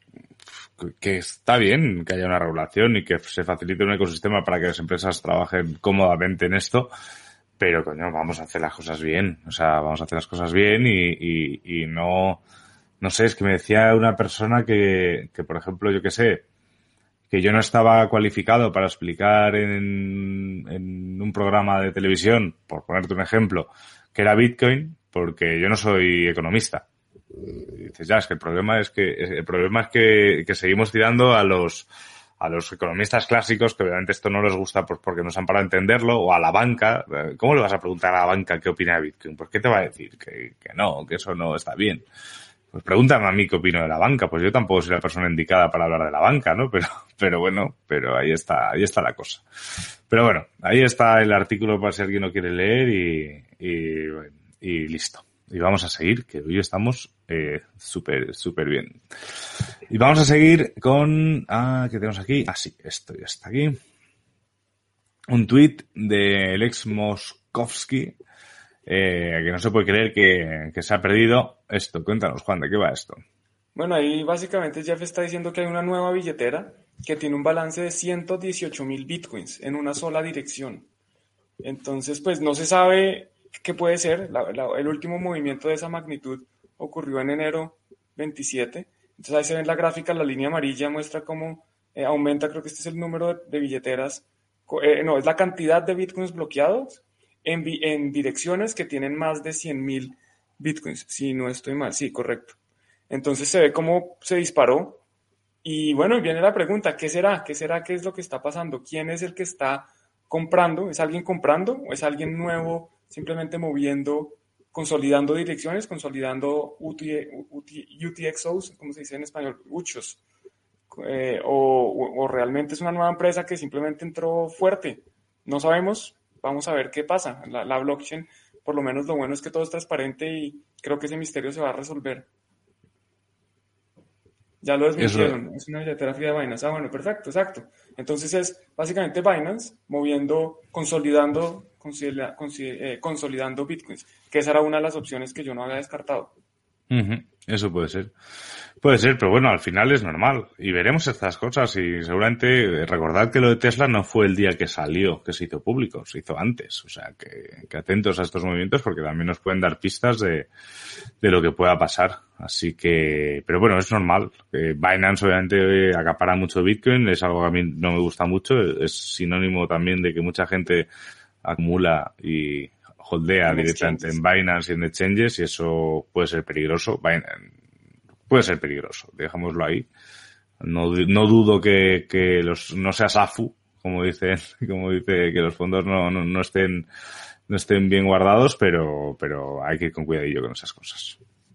A: que está bien que haya una regulación y que se facilite un ecosistema para que las empresas trabajen cómodamente en esto. Pero, coño, vamos a hacer las cosas bien. O sea, vamos a hacer las cosas bien y, y, y no... No sé, es que me decía una persona que, que por ejemplo, yo qué sé, que yo no estaba cualificado para explicar en, en un programa de televisión, por ponerte un ejemplo, que era Bitcoin, porque yo no soy economista. Y dices, ya, es que el problema es que, el problema es que, que seguimos tirando a los, a los economistas clásicos, que obviamente esto no les gusta pues porque no han para entenderlo, o a la banca. ¿Cómo le vas a preguntar a la banca qué opina de Bitcoin? Pues ¿qué te va a decir? Que, que no, que eso no está bien. Pues pregúntame a mí qué opino de la banca, pues yo tampoco soy la persona indicada para hablar de la banca, ¿no? Pero, pero bueno, pero ahí está, ahí está la cosa. Pero bueno, ahí está el artículo para si alguien lo quiere leer y, y, y listo. Y vamos a seguir, que hoy estamos eh, súper, súper bien. Y vamos a seguir con, ah, ¿qué tenemos aquí? Ah, sí, esto ya está aquí. Un tuit del ex Moskovsky, Eh, que no se puede creer que, que se ha perdido esto. Cuéntanos, Juan, ¿de qué va esto?
C: Bueno, ahí básicamente Jeff está diciendo que hay una nueva billetera que tiene un balance de ciento dieciocho mil bitcoins en una sola dirección. Entonces, pues no se sabe qué puede ser. La, la, el último movimiento de esa magnitud ocurrió en enero veintisiete. Entonces ahí se ve en la gráfica, la línea amarilla muestra cómo eh, aumenta, creo que este es el número de, de billeteras, eh, no, es la cantidad de bitcoins bloqueados En, en direcciones que tienen más de cien mil bitcoins, si no estoy mal, sí, correcto. Entonces se ve cómo se disparó y bueno, y viene la pregunta, ¿qué será? ¿Qué será? ¿Qué es lo que está pasando? ¿Quién es el que está comprando? ¿Es alguien comprando o es alguien nuevo simplemente moviendo, consolidando direcciones, consolidando U T X Os, ¿cómo se dice en español? Uchos. Eh, o, o, o realmente es una nueva empresa que simplemente entró fuerte. No sabemos. Vamos a ver qué pasa. La, la blockchain, por lo menos lo bueno es que todo es transparente y creo que ese misterio se va a resolver. Ya lo desmintieron. Eso... Es una billetera fría de Binance. Ah, bueno, perfecto, exacto. Entonces es básicamente Binance moviendo, consolidando, consolida, eh, consolidando bitcoins, que esa era una de las opciones que yo no había descartado.
A: Uh-huh. Eso puede ser. Puede ser, pero bueno, al final es normal. Y veremos estas cosas y seguramente recordad que lo de Tesla no fue el día que salió, que se hizo público, se hizo antes. O sea, que, que atentos a estos movimientos porque también nos pueden dar pistas de, de lo que pueda pasar. Así que, pero bueno, es normal. Eh, Binance obviamente acapara mucho Bitcoin, es algo que a mí no me gusta mucho. Es sinónimo también de que mucha gente acumula y holdea directamente en Binance y en exchanges y eso puede ser peligroso. Binance, puede ser peligroso, dejámoslo ahí. No, no dudo que, que los, no sea SAFU, como dicen, como dice, que los fondos no, no, no estén, no estén bien guardados, pero, pero hay que ir con cuidadillo con esas cosas.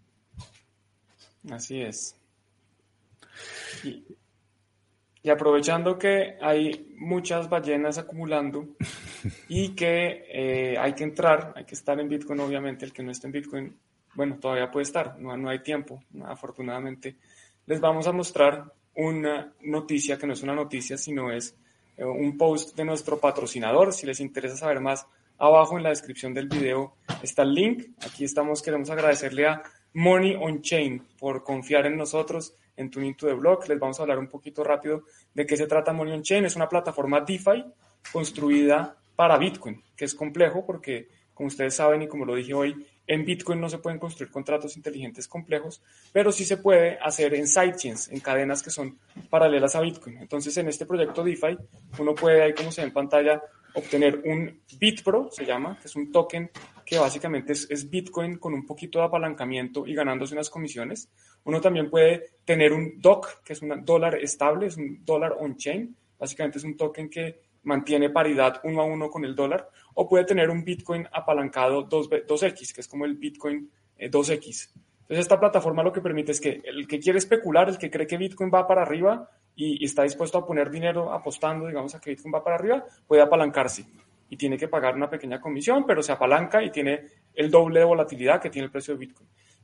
C: Así es. Y, y aprovechando que hay muchas ballenas acumulando y que eh, hay que entrar, hay que estar en Bitcoin, obviamente, el que no esté en Bitcoin, bueno, todavía puede estar, no, no hay tiempo, afortunadamente. Les vamos a mostrar una noticia que no es una noticia, sino es eh, un post de nuestro patrocinador. Si les interesa saber más, abajo en la descripción del video está el link. Aquí estamos, queremos agradecerle a Money on Chain por confiar en nosotros, en Tuning to the Block. Les vamos a hablar un poquito rápido de qué se trata Money on Chain. Es una plataforma DeFi construida para Bitcoin, que es complejo porque, como ustedes saben y como lo dije hoy, en Bitcoin no se pueden construir contratos inteligentes complejos, pero sí se puede hacer en sidechains, en cadenas que son paralelas a Bitcoin. Entonces, en este proyecto DeFi, uno puede, ahí como se ve en pantalla, obtener un BitPro, se llama, que es un token que básicamente es, es Bitcoin con un poquito de apalancamiento y ganándose unas comisiones. Uno también puede tener un D O C, que es un dólar estable, es un dólar on-chain, básicamente es un token que mantiene paridad uno a uno con el dólar, o puede tener un Bitcoin apalancado dos equis, que es como el Bitcoin eh, dos equis. Entonces esta plataforma lo que permite es que el que quiere especular, el que cree que Bitcoin va para arriba y, y está dispuesto a poner dinero apostando, digamos, a que Bitcoin va para arriba, puede apalancarse y tiene que pagar una pequeña comisión, pero se apalanca y tiene el doble de volatilidad que tiene el precio de Bitcoin.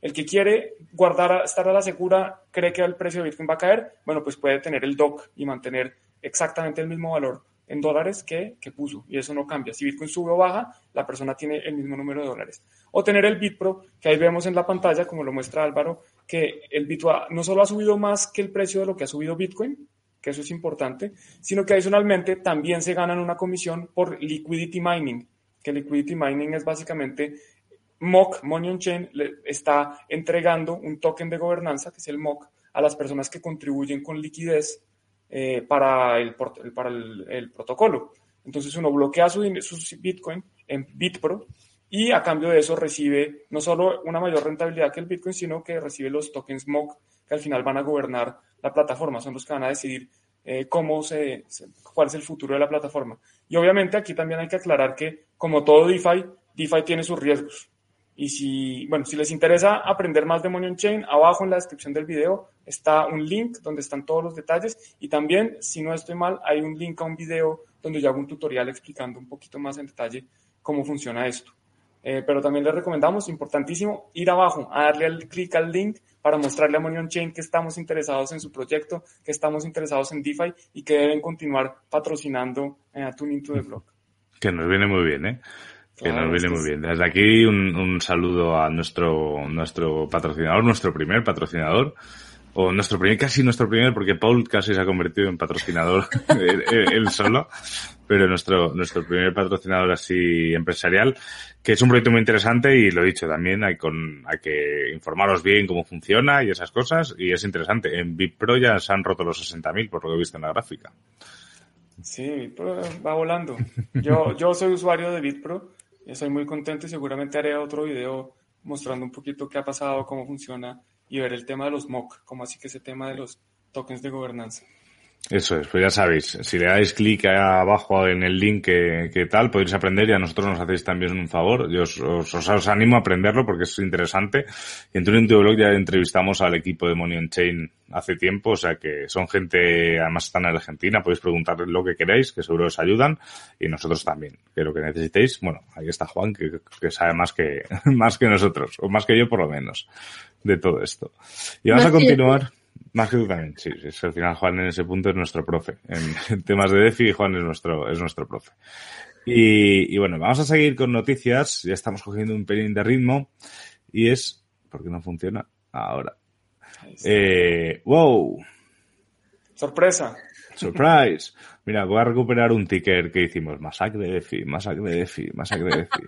C: El que quiere guardar, estar a la segura, cree que el precio de Bitcoin va a caer, bueno, pues puede tener el D O C y mantener exactamente el mismo valor en dólares que, que puso, y eso no cambia. Si Bitcoin sube o baja, la persona tiene el mismo número de dólares. O tener el BitPro, que ahí vemos en la pantalla, como lo muestra Álvaro, que el BitPro no solo ha subido más que el precio de lo que ha subido Bitcoin, que eso es importante, sino que adicionalmente también se ganan una comisión por liquidity mining, que liquidity mining es básicamente M O C, Money on Chain, le está entregando un token de gobernanza, que es el M O C, a las personas que contribuyen con liquidez eh, para, el, para el, el protocolo. Entonces uno bloquea su, su Bitcoin en BitPro y a cambio de eso recibe no solo una mayor rentabilidad que el Bitcoin, sino que recibe los tokens M O C que al final van a gobernar la plataforma, son los que van a decidir eh, cómo se, se, cuál es el futuro de la plataforma. Y obviamente aquí también hay que aclarar que, como todo DeFi, DeFi tiene sus riesgos. Y si, bueno, si les interesa aprender más de Money on Chain, abajo en la descripción del video está un link donde están todos los detalles, y también, si no estoy mal, hay un link a un video donde yo hago un tutorial explicando un poquito más en detalle cómo funciona esto. Eh, pero también les recomendamos, importantísimo, ir abajo a darle al clic al link para mostrarle a Money on Chain que estamos interesados en su proyecto, que estamos interesados en DeFi y que deben continuar patrocinando eh, a Tuning to the Block.
A: Que nos viene muy bien, ¿eh? Que
C: Claro,
A: nos viene
C: es que
A: muy
C: es...
A: bien. Desde aquí un, un saludo a nuestro nuestro patrocinador, nuestro primer patrocinador, o nuestro primer, casi nuestro primer, porque Paul casi se ha convertido en patrocinador él, él solo, pero nuestro nuestro primer patrocinador así empresarial, que es un proyecto muy interesante, y lo he dicho también, hay con hay que informaros bien cómo funciona y esas cosas, y es interesante. En BitPro ya se han roto los sesenta mil, por lo que he visto en la gráfica.
C: Sí, BitPro va volando. Yo, yo soy usuario de BitPro, estoy muy contento y seguramente haré otro video mostrando un poquito qué ha pasado, cómo funciona y ver el tema de los M O C, como así que ese tema de los tokens de gobernanza.
A: Eso es, pues ya sabéis, si le dais clic abajo en el link que, que tal, podéis aprender, y a nosotros nos hacéis también un favor. Yo os, os, os animo a aprenderlo porque es interesante. Y en Tuning to the Block ya entrevistamos al equipo de Money on Chain hace tiempo, o sea que son gente, además están en Argentina, podéis preguntarles lo que queráis, que seguro os ayudan, y nosotros también, que lo que necesitéis. Bueno, ahí está Juan, que, que sabe más que, más que nosotros, o más que yo por lo menos, de todo esto. Y vamos a continuar. Más que tú también, sí, sí. Al final Juan en ese punto es nuestro profe. En, en temas de DeFi, Juan es nuestro, es nuestro profe. Y, y bueno, vamos a seguir con noticias. Ya estamos cogiendo un pelín de ritmo. Y es, ¿por qué no funciona? Ahora. Eh, wow.
C: Sorpresa.
A: Surprise. Mira, voy a recuperar un ticker que hicimos. Masacre de DeFi, masacre de DeFi, masacre de DeFi.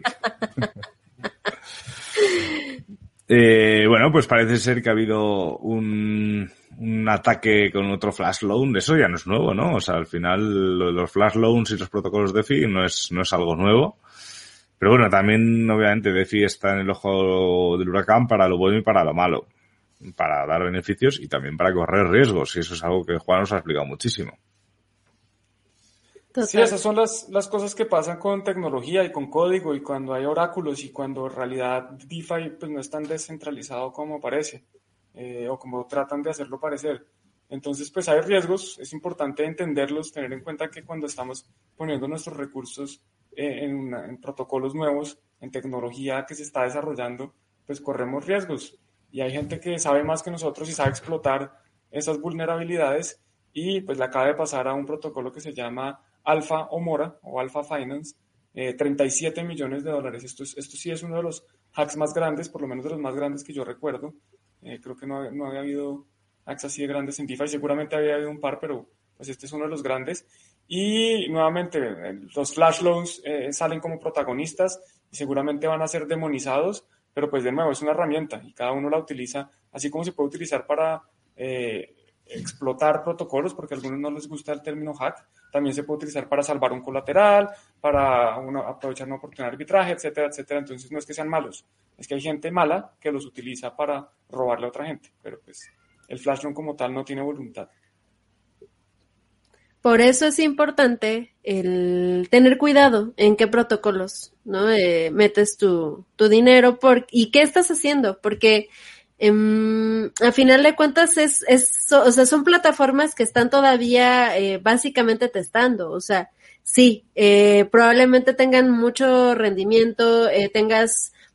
A: Eh, bueno, pues parece ser que ha habido un, un ataque con otro flash loan. Eso ya no es nuevo, ¿no? O sea, al final lo de los flash loans y los protocolos DeFi no es, no es algo nuevo. Pero bueno, también obviamente DeFi está en el ojo del huracán para lo bueno y para lo malo. Para dar beneficios y también para correr riesgos. Y eso es algo que Juan nos ha explicado muchísimo.
C: Sí, esas son las, las cosas que pasan con tecnología y con código y cuando hay oráculos y cuando en realidad DeFi pues, no es tan descentralizado como parece eh, o como tratan de hacerlo parecer. Entonces, pues hay riesgos, es importante entenderlos, tener en cuenta que cuando estamos poniendo nuestros recursos eh, en, una, en protocolos nuevos, en tecnología que se está desarrollando, pues corremos riesgos. Y hay gente que sabe más que nosotros y sabe explotar esas vulnerabilidades y pues le acaba de pasar a un protocolo que se llama Alpha o Mora o Alpha Finance, eh, treinta y siete millones de dólares. Esto, es, esto sí es uno de los hacks más grandes, por lo menos de los más grandes que yo recuerdo. Eh, creo que no, no había habido hacks así de grandes en DeFi, seguramente había habido un par, pero pues este es uno de los grandes. Y nuevamente, los flash loans eh, salen como protagonistas y seguramente van a ser demonizados, pero pues de nuevo es una herramienta y cada uno la utiliza, así como se puede utilizar para eh, explotar protocolos, porque a algunos no les gusta el término hack, también se puede utilizar para salvar un colateral, para una, aprovechar una oportunidad de arbitraje, etcétera, etcétera. Entonces no es que sean malos, es que hay gente mala que los utiliza para robarle a otra gente, pero pues el flash loan como tal no tiene voluntad.
D: Por eso es importante el tener cuidado en qué protocolos, ¿no? Eh, metes tu, tu dinero por, y qué estás haciendo, porque Um, a final de cuentas es, es, o sea, son plataformas que están todavía eh, básicamente testando, o sea, sí, eh, probablemente tengan mucho rendimiento, eh, tengas,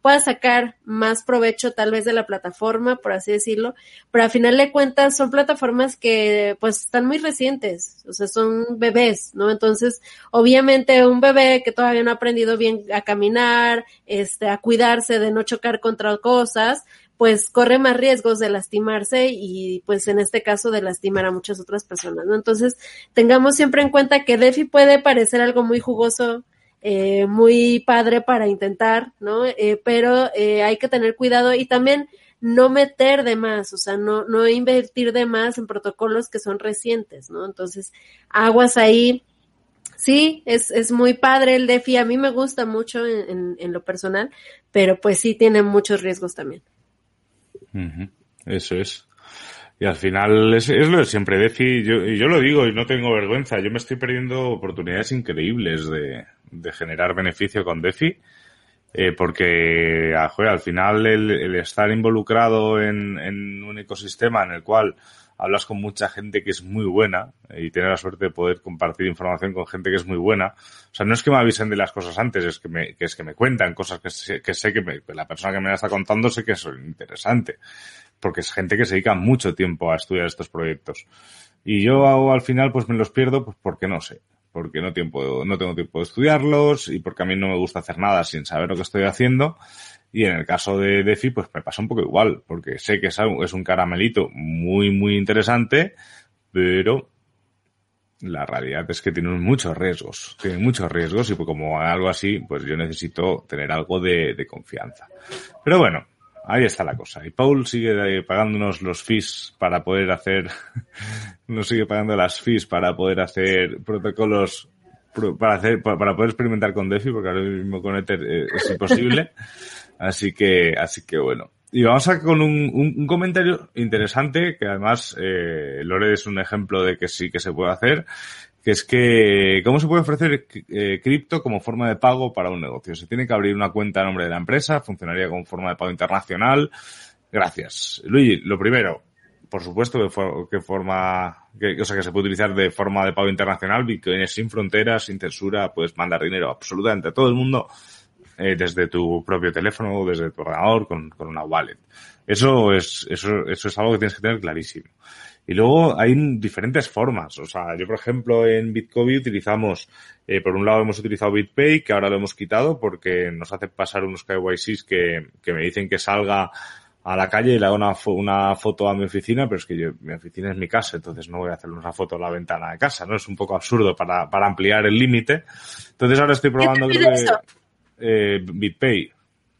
D: puedas sacar más provecho tal vez de la plataforma, por así decirlo, pero al final de cuentas son plataformas que pues están muy recientes, o sea, son bebés, ¿no? Entonces, obviamente un bebé que todavía no ha aprendido bien a caminar, este, a cuidarse de no chocar contra cosas, pues corre más riesgos de lastimarse y pues en este caso de lastimar a muchas otras personas, ¿no? Entonces, tengamos siempre en cuenta que DeFi puede parecer algo muy jugoso, eh, muy padre para intentar, ¿no? Eh, pero eh, hay que tener cuidado y también no meter de más, o sea, no, no invertir de más en protocolos que son recientes, ¿no? Entonces, aguas ahí. Sí, es, es muy padre el DeFi, a mí me gusta mucho en, en, en lo personal, pero pues sí tiene muchos riesgos también.
A: Uh-huh. Eso es. Y al final es, es lo de siempre, DeFi, yo, y yo lo digo y no tengo vergüenza, yo me estoy perdiendo oportunidades increíbles de, de generar beneficio con DeFi, eh, porque joder, al final el, el estar involucrado en, en un ecosistema en el cual hablas con mucha gente que es muy buena y tener la suerte de poder compartir información con gente que es muy buena. O sea, no es que me avisen de las cosas antes, es que me, que es que me cuentan cosas que sé que, sé que me, la persona que me la está contando sé que es interesante. Porque es gente que se dedica mucho tiempo a estudiar estos proyectos. Y yo al final pues me los pierdo pues porque no sé. Porque no tiempo, no tengo tiempo de estudiarlos y porque a mí no me gusta hacer nada sin saber lo que estoy haciendo. Y en el caso de DeFi, pues me pasa un poco igual, porque sé que es, algo, es un caramelito muy, muy interesante, pero la realidad es que tiene muchos riesgos, tiene muchos riesgos y pues como algo así, pues yo necesito tener algo de, de confianza. Pero bueno, ahí está la cosa. Y Paul sigue pagándonos los fees para poder hacer, nos sigue pagando las fees para poder hacer protocolos para hacer, para poder experimentar con DeFi, porque ahora mismo con Ether es imposible. Así que, así que bueno. Y vamos a con un, un, un comentario interesante, que además, eh, Lore es un ejemplo de que sí que se puede hacer, que es que, ¿cómo se puede ofrecer eh, cripto como forma de pago para un negocio? Se tiene que abrir una cuenta a nombre de la empresa, funcionaría como forma de pago internacional. Gracias. Luigi, lo primero, por supuesto, que, for, que forma, que, o sea, que se puede utilizar de forma de pago internacional. Bitcoin es sin fronteras, sin censura, puedes mandar dinero absolutamente a todo el mundo, eh, desde tu propio teléfono o desde tu ordenador con, con una wallet. Eso es, eso, eso es algo que tienes que tener clarísimo. Y luego hay diferentes formas. O sea, yo, por ejemplo, en Bitcoin utilizamos, eh, por un lado hemos utilizado BitPay, que ahora lo hemos quitado porque nos hace pasar unos K Y Cs que, que me dicen que salga a la calle y le hago una, fo- una foto a mi oficina, pero es que yo, mi oficina es mi casa, entonces no voy a hacerle una foto a la ventana de casa, ¿no? Es un poco absurdo para, para ampliar el límite. Entonces ahora estoy probando
D: ¿Qué te
A: creo
D: pide eso?
A: que, eh, BitPay.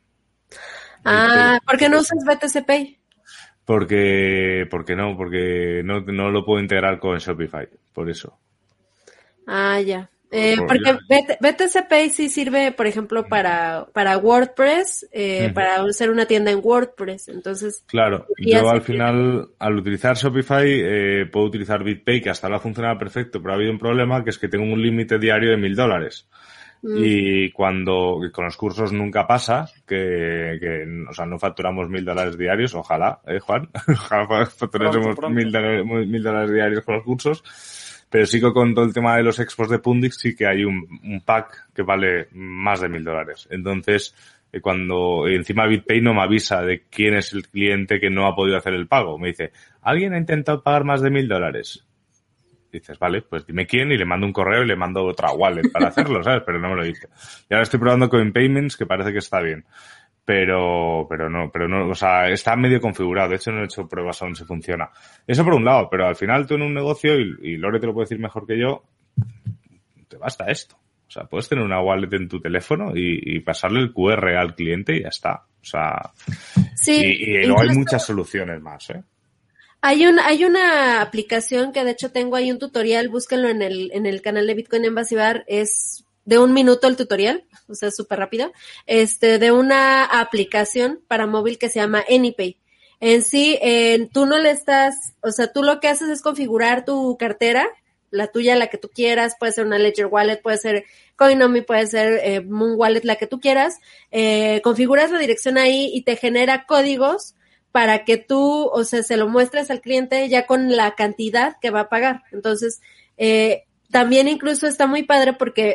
D: Ah,
A: BitPay.
D: ¿por qué no usas B T C Pay?
A: Porque, porque no, porque no, no lo puedo integrar con Shopify, por eso.
D: Ah, ya. Eh,
A: Por-
D: porque
A: ya.
D: B T- B T C Pay sí sirve, por ejemplo, para, para WordPress, eh,
A: Ujú.
D: para hacer una tienda en WordPress. Entonces,
A: Claro,
D: podría
A: yo al
D: ser-
A: final, al utilizar Shopify, eh, puedo utilizar BitPay, que hasta ahora funcionaba perfecto, pero ha habido un problema, que es que tengo un límite diario de mil dólares.
D: Mm.
A: Y cuando, y con los cursos nunca pasa, que, que, o sea, no facturamos mil dólares diarios, ojalá, eh, Juan, ojalá facturásemos
C: Pronto, pronto.
A: mil dólares, mil dólares diarios con los cursos. Pero sí que con todo el tema de los expos de Pundix sí que hay un, un pack que vale más de mil dólares. Entonces, eh, cuando encima BitPay no me avisa de quién es el cliente que no ha podido hacer el pago. Me dice, ¿alguien ha intentado pagar más de mil dólares? Dices, vale, pues dime quién y le mando un correo y le mando otra wallet para hacerlo, ¿sabes? Pero no me lo dice. Y ahora estoy probando con Payments, que parece que está bien. Pero, pero no, pero no, o sea, está medio configurado. De hecho, no he hecho pruebas aún si funciona. Eso por un lado, pero al final tú en un negocio, y, y Lore te lo puede decir mejor que yo, te basta esto. O sea, puedes tener una wallet en tu teléfono y, y pasarle el Q R al cliente y ya está. O sea,
D: sí,
A: y, y luego hay
D: incluso-
A: muchas soluciones más, ¿eh?
D: Hay un, hay una aplicación que de hecho tengo ahí un tutorial, búsquenlo en el, en el canal de Bitcoin Embassy Bar, es de un minuto el tutorial, o sea, súper rápido, este, de una aplicación para móvil que se llama AnyPay. En sí, eh, tú no le estás, o sea, tú lo que haces es configurar tu cartera, la tuya, la que tú quieras, puede ser una Ledger Wallet, puede ser Coinomi, puede ser eh, Moon Wallet, la que tú quieras, eh, configuras la dirección ahí y te genera códigos para que tú, o sea, se lo muestres al cliente ya con la cantidad que va a pagar. Entonces, eh, también incluso está muy padre porque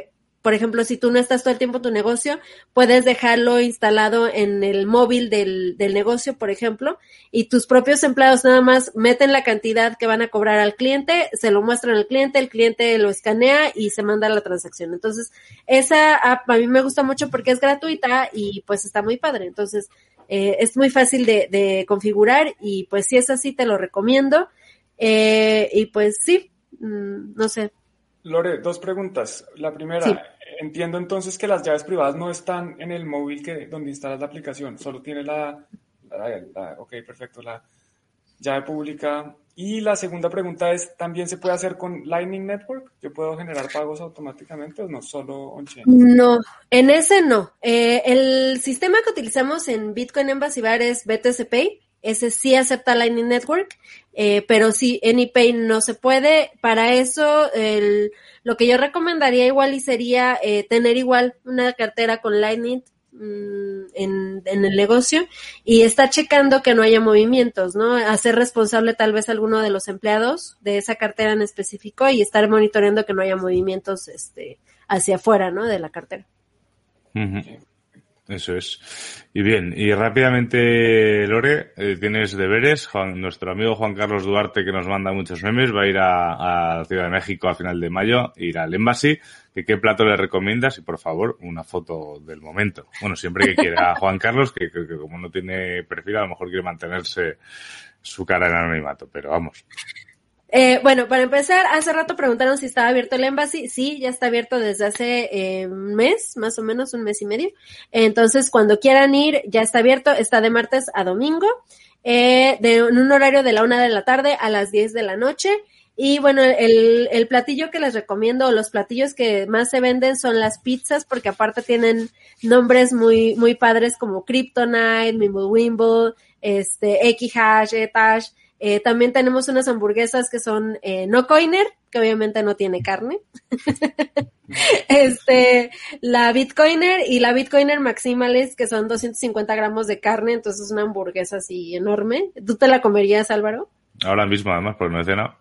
D: por ejemplo, si tú no estás todo el tiempo en tu negocio, puedes dejarlo instalado en el móvil del, del negocio, por ejemplo, y tus propios empleados nada más meten la cantidad que van a cobrar al cliente, se lo muestran al cliente, el cliente lo escanea y se manda la transacción. Entonces, esa app a mí me gusta mucho porque es gratuita y pues está muy padre. Entonces, eh, es muy fácil de, de configurar y pues si es así te lo recomiendo. Eh, y pues sí, mmm, no sé.
C: Lore, dos preguntas. La primera,
D: Sí.
C: entiendo entonces que las llaves privadas no están en el móvil que donde instalas la aplicación, solo tiene la, la, la ok, perfecto, la llave pública. Y la segunda pregunta es, ¿también se puede hacer con Lightning Network? ¿Yo puedo generar pagos automáticamente o no, solo on-chain?
D: No, en ese no. Eh, el sistema que utilizamos en Bitcoin Embassy Bar es B T C Pay. Ese sí acepta Lightning Network, eh, pero sí, AnyPay no se puede. Para eso, el, lo que yo recomendaría igual y sería eh, tener igual una cartera con Lightning mmm, en, en el negocio y estar checando que no haya movimientos, ¿no? Hacer responsable tal vez a alguno de los empleados de esa cartera en específico y estar monitoreando que no haya movimientos este, hacia afuera, ¿no? De la cartera.
A: Uh-huh. Eso es. Y bien, y rápidamente, Lore, eh, tienes deberes. Juan, nuestro amigo Juan Carlos Duarte, que nos manda muchos memes, va a ir a, a Ciudad de México a final de mayo, ir al Embassy. ¿Que ¿Qué plato le recomiendas? Y por favor, una foto del momento. Bueno, siempre que quiera Juan Carlos, que, que, que como no tiene perfil, a lo mejor quiere mantenerse su cara en anonimato, pero vamos.
D: Eh, bueno, para empezar, hace rato preguntaron si estaba abierto el Embassy. Sí, ya está abierto desde hace eh, un mes, más o menos un mes y medio. Entonces, cuando quieran ir, ya está abierto. Está de martes a domingo, eh, de, en un horario de la una de la tarde a las diez de la noche. Y bueno, el, el platillo que les recomiendo, o los platillos que más se venden son las pizzas, porque aparte tienen nombres muy, muy padres como Kryptonite, Mimblewimble, este, Equihash, Etash. Eh, también tenemos unas hamburguesas que son eh, no coiner, que obviamente no tiene carne. este, la Bitcoiner y la Bitcoiner Maximalist, que son doscientos cincuenta gramos de carne, entonces es una hamburguesa así enorme. ¿Tú te la comerías, Álvaro?
A: Ahora mismo, además, porque no he cenado.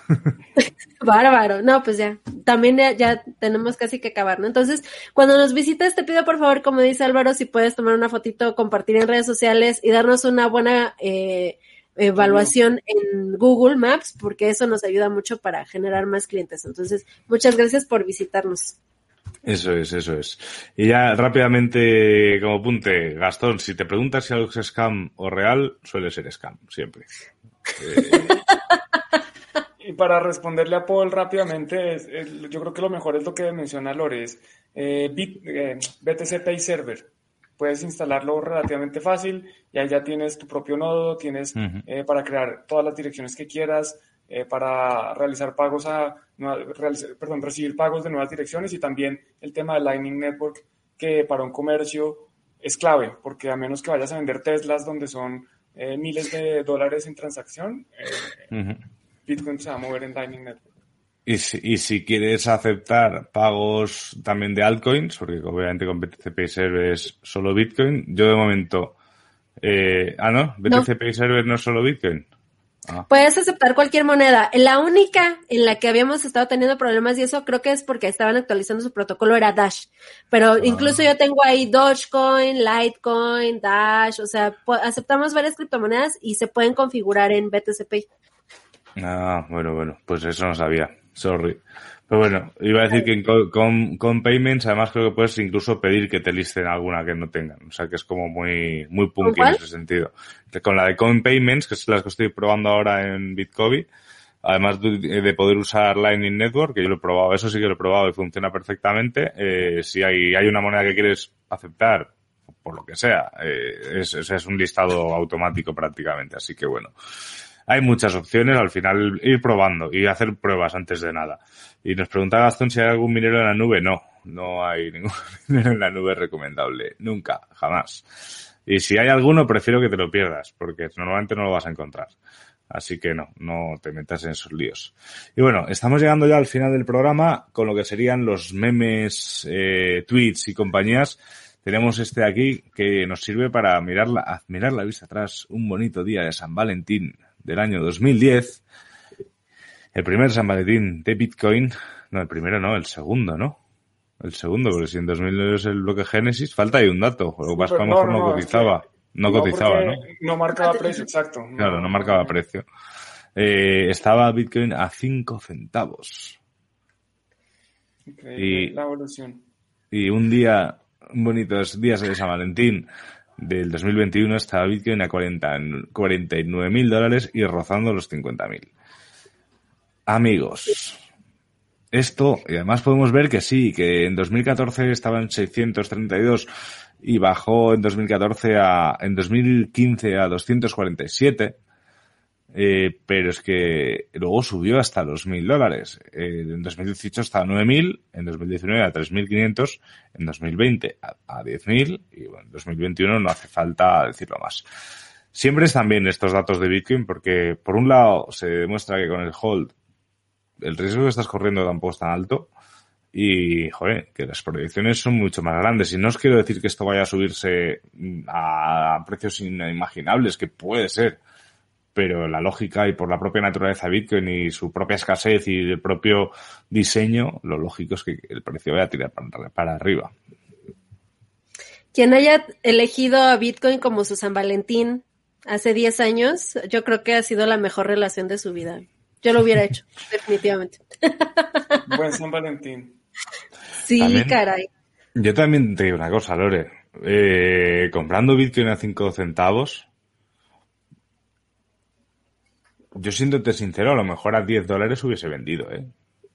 D: Bárbaro. No, pues ya. También ya, ya tenemos casi que acabar, ¿no? Entonces, cuando nos visites, te pido por favor, como dice Álvaro, si puedes tomar una fotito, compartir en redes sociales y darnos una buena eh, evaluación en Google Maps, porque eso nos ayuda mucho para generar más clientes. Entonces, muchas gracias por visitarnos.
A: Eso es, eso es. Y ya rápidamente, como apunte, Gastón, si te preguntas si algo es scam o real, suele ser scam, siempre. Eh...
C: Y para responderle a Paul rápidamente, es, es, yo creo que lo mejor es lo que menciona Lore, es eh, Bit, eh, B T C Pay Server. Puedes instalarlo relativamente fácil y ahí ya tienes tu propio nodo, tienes uh-huh. eh, para crear todas las direcciones que quieras, eh, para realizar pagos a, realizar, perdón, recibir pagos de nuevas direcciones y también el tema de Lightning Network, que para un comercio es clave, porque a menos que vayas a vender Teslas donde son eh, miles de dólares en transacción, eh, uh-huh. Bitcoin se va a mover en Lightning Network.
A: Y si, y si quieres aceptar pagos también de altcoins, porque obviamente con B T C Pay Server es solo Bitcoin, yo de momento... Eh, ah, ¿no? ¿B T C no. Pay Server no es solo Bitcoin? Ah.
D: Puedes aceptar cualquier moneda. La única en la que habíamos estado teniendo problemas, y eso creo que es porque estaban actualizando su protocolo, era Dash. Pero ah. incluso yo tengo ahí Dogecoin, Litecoin, Dash, o sea, aceptamos varias criptomonedas y se pueden configurar en B T C Pay.
A: Ah, bueno, bueno, pues eso no sabía. Sorry. Pero bueno, iba a decir que con, con, con Payments además creo que puedes incluso pedir que te listen alguna que no tengan. O sea que es como muy muy punky en ese sentido. Que con la de Con Payments, que es la que estoy probando ahora en Bitcoin, además de, de poder usar Lightning Network, que yo lo he probado, eso sí que lo he probado y funciona perfectamente. Eh, si hay, hay una moneda que quieres aceptar, por lo que sea, eh, es, es un listado automático prácticamente. Así que bueno. Hay muchas opciones, al final ir probando y hacer pruebas antes de nada. Y nos preguntaba Gastón si hay algún minero en la nube. No, no hay ningún minero en la nube recomendable. Nunca, jamás. Y si hay alguno, prefiero que te lo pierdas, porque normalmente no lo vas a encontrar. Así que no, no te metas en esos líos. Y bueno, estamos llegando ya al final del programa con lo que serían los memes, eh, tweets y compañías. Tenemos este de aquí que nos sirve para mirar la, mirar la vista atrás. Un bonito día de San Valentín del año dos mil diez, el primer San Valentín de Bitcoin, no, el primero no, el segundo, ¿no? El segundo, porque si en dos mil nueve es el bloque Génesis, falta ahí un dato. Lo que pasa es que a lo
C: No,
A: mejor
C: no,
A: no
C: no,
A: cotizaba.
C: es que-
A: No
C: no,
A: cotizaba,
C: porque
A: ¿no?
C: No marcaba precio, exacto.
A: Claro, no marcaba precio. Eh, estaba Bitcoin a cinco centavos.
C: Increíble
A: Y-
C: la evolución.
A: Y un día, un bonito día de San Valentín del dos mil veintiuno, estaba Bitcoin a cuarenta, cuarenta y nueve mil dólares y rozando los cincuenta mil. Amigos, esto, y además podemos ver que sí, que en dos mil catorce estaba en seiscientos treinta y dos y bajó en dos mil catorce a, en dos mil quince a doscientos cuarenta y siete, eh, pero es que luego subió hasta los mil dólares. Eh, en dos mil dieciocho estaba a nueve mil, en dos mil diecinueve a tres mil quinientos, en dos mil veinte a, a diez mil y bueno, en dos mil veintiuno no hace falta decirlo más. Siempre están bien estos datos de Bitcoin porque por un lado se demuestra que con el hold el riesgo que estás corriendo tampoco es tan alto y, joder, que las proyecciones son mucho más grandes. Y no os quiero decir que esto vaya a subirse a precios inimaginables, que puede ser, pero la lógica y por la propia naturaleza de Bitcoin y su propia escasez y el propio diseño, lo lógico es que el precio vaya a tirar para, para arriba.
D: Quien haya elegido a Bitcoin como su San Valentín hace diez años, yo creo que ha sido la mejor relación de su vida. Yo lo hubiera hecho, definitivamente.
C: Buen San Valentín.
D: Sí,
A: También,
D: caray.
A: Yo también te digo una cosa, Lore. Eh, comprando Bitcoin a cinco centavos, yo siéndote sincero, a lo mejor a diez dólares hubiese vendido, ¿eh?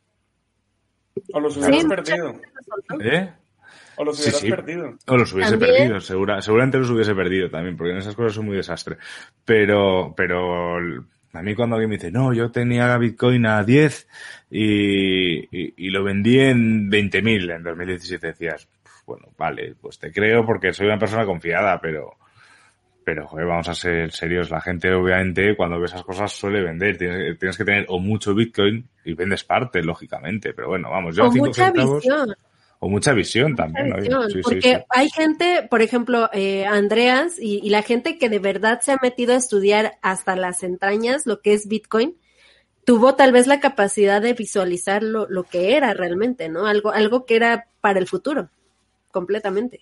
C: O los hubieras
D: Sí,
C: perdido.
A: ¿Eh?
C: O los
A: Sí,
C: hubieras
A: sí.
C: perdido.
A: O los hubiese
D: También.
A: perdido, segura, seguramente los hubiese perdido también, porque en esas cosas son muy desastre. Pero, pero a mí cuando alguien me dice, no, yo tenía Bitcoin a diez y, y, y lo vendí en veinte mil en dos mil diecisiete, decías, bueno, vale, pues te creo porque soy una persona confiada, pero, pero joder, vamos a ser serios. La gente obviamente cuando ve esas cosas suele vender. Tienes, tienes que tener o mucho Bitcoin y vendes parte, lógicamente, pero bueno, vamos, yo
D: O
A: a cinco
D: mucha
A: centavos...
D: visión.
A: O mucha visión
D: Mucha
A: también, oye.
D: visión,
A: Sí, sí,
D: porque
A: sí.
D: hay gente, por ejemplo, eh, Andreas y, y la gente que de verdad se ha metido a estudiar hasta las entrañas lo que es Bitcoin, tuvo tal vez la capacidad de visualizar lo, lo que era realmente, ¿no? Algo, algo que era para el futuro, completamente.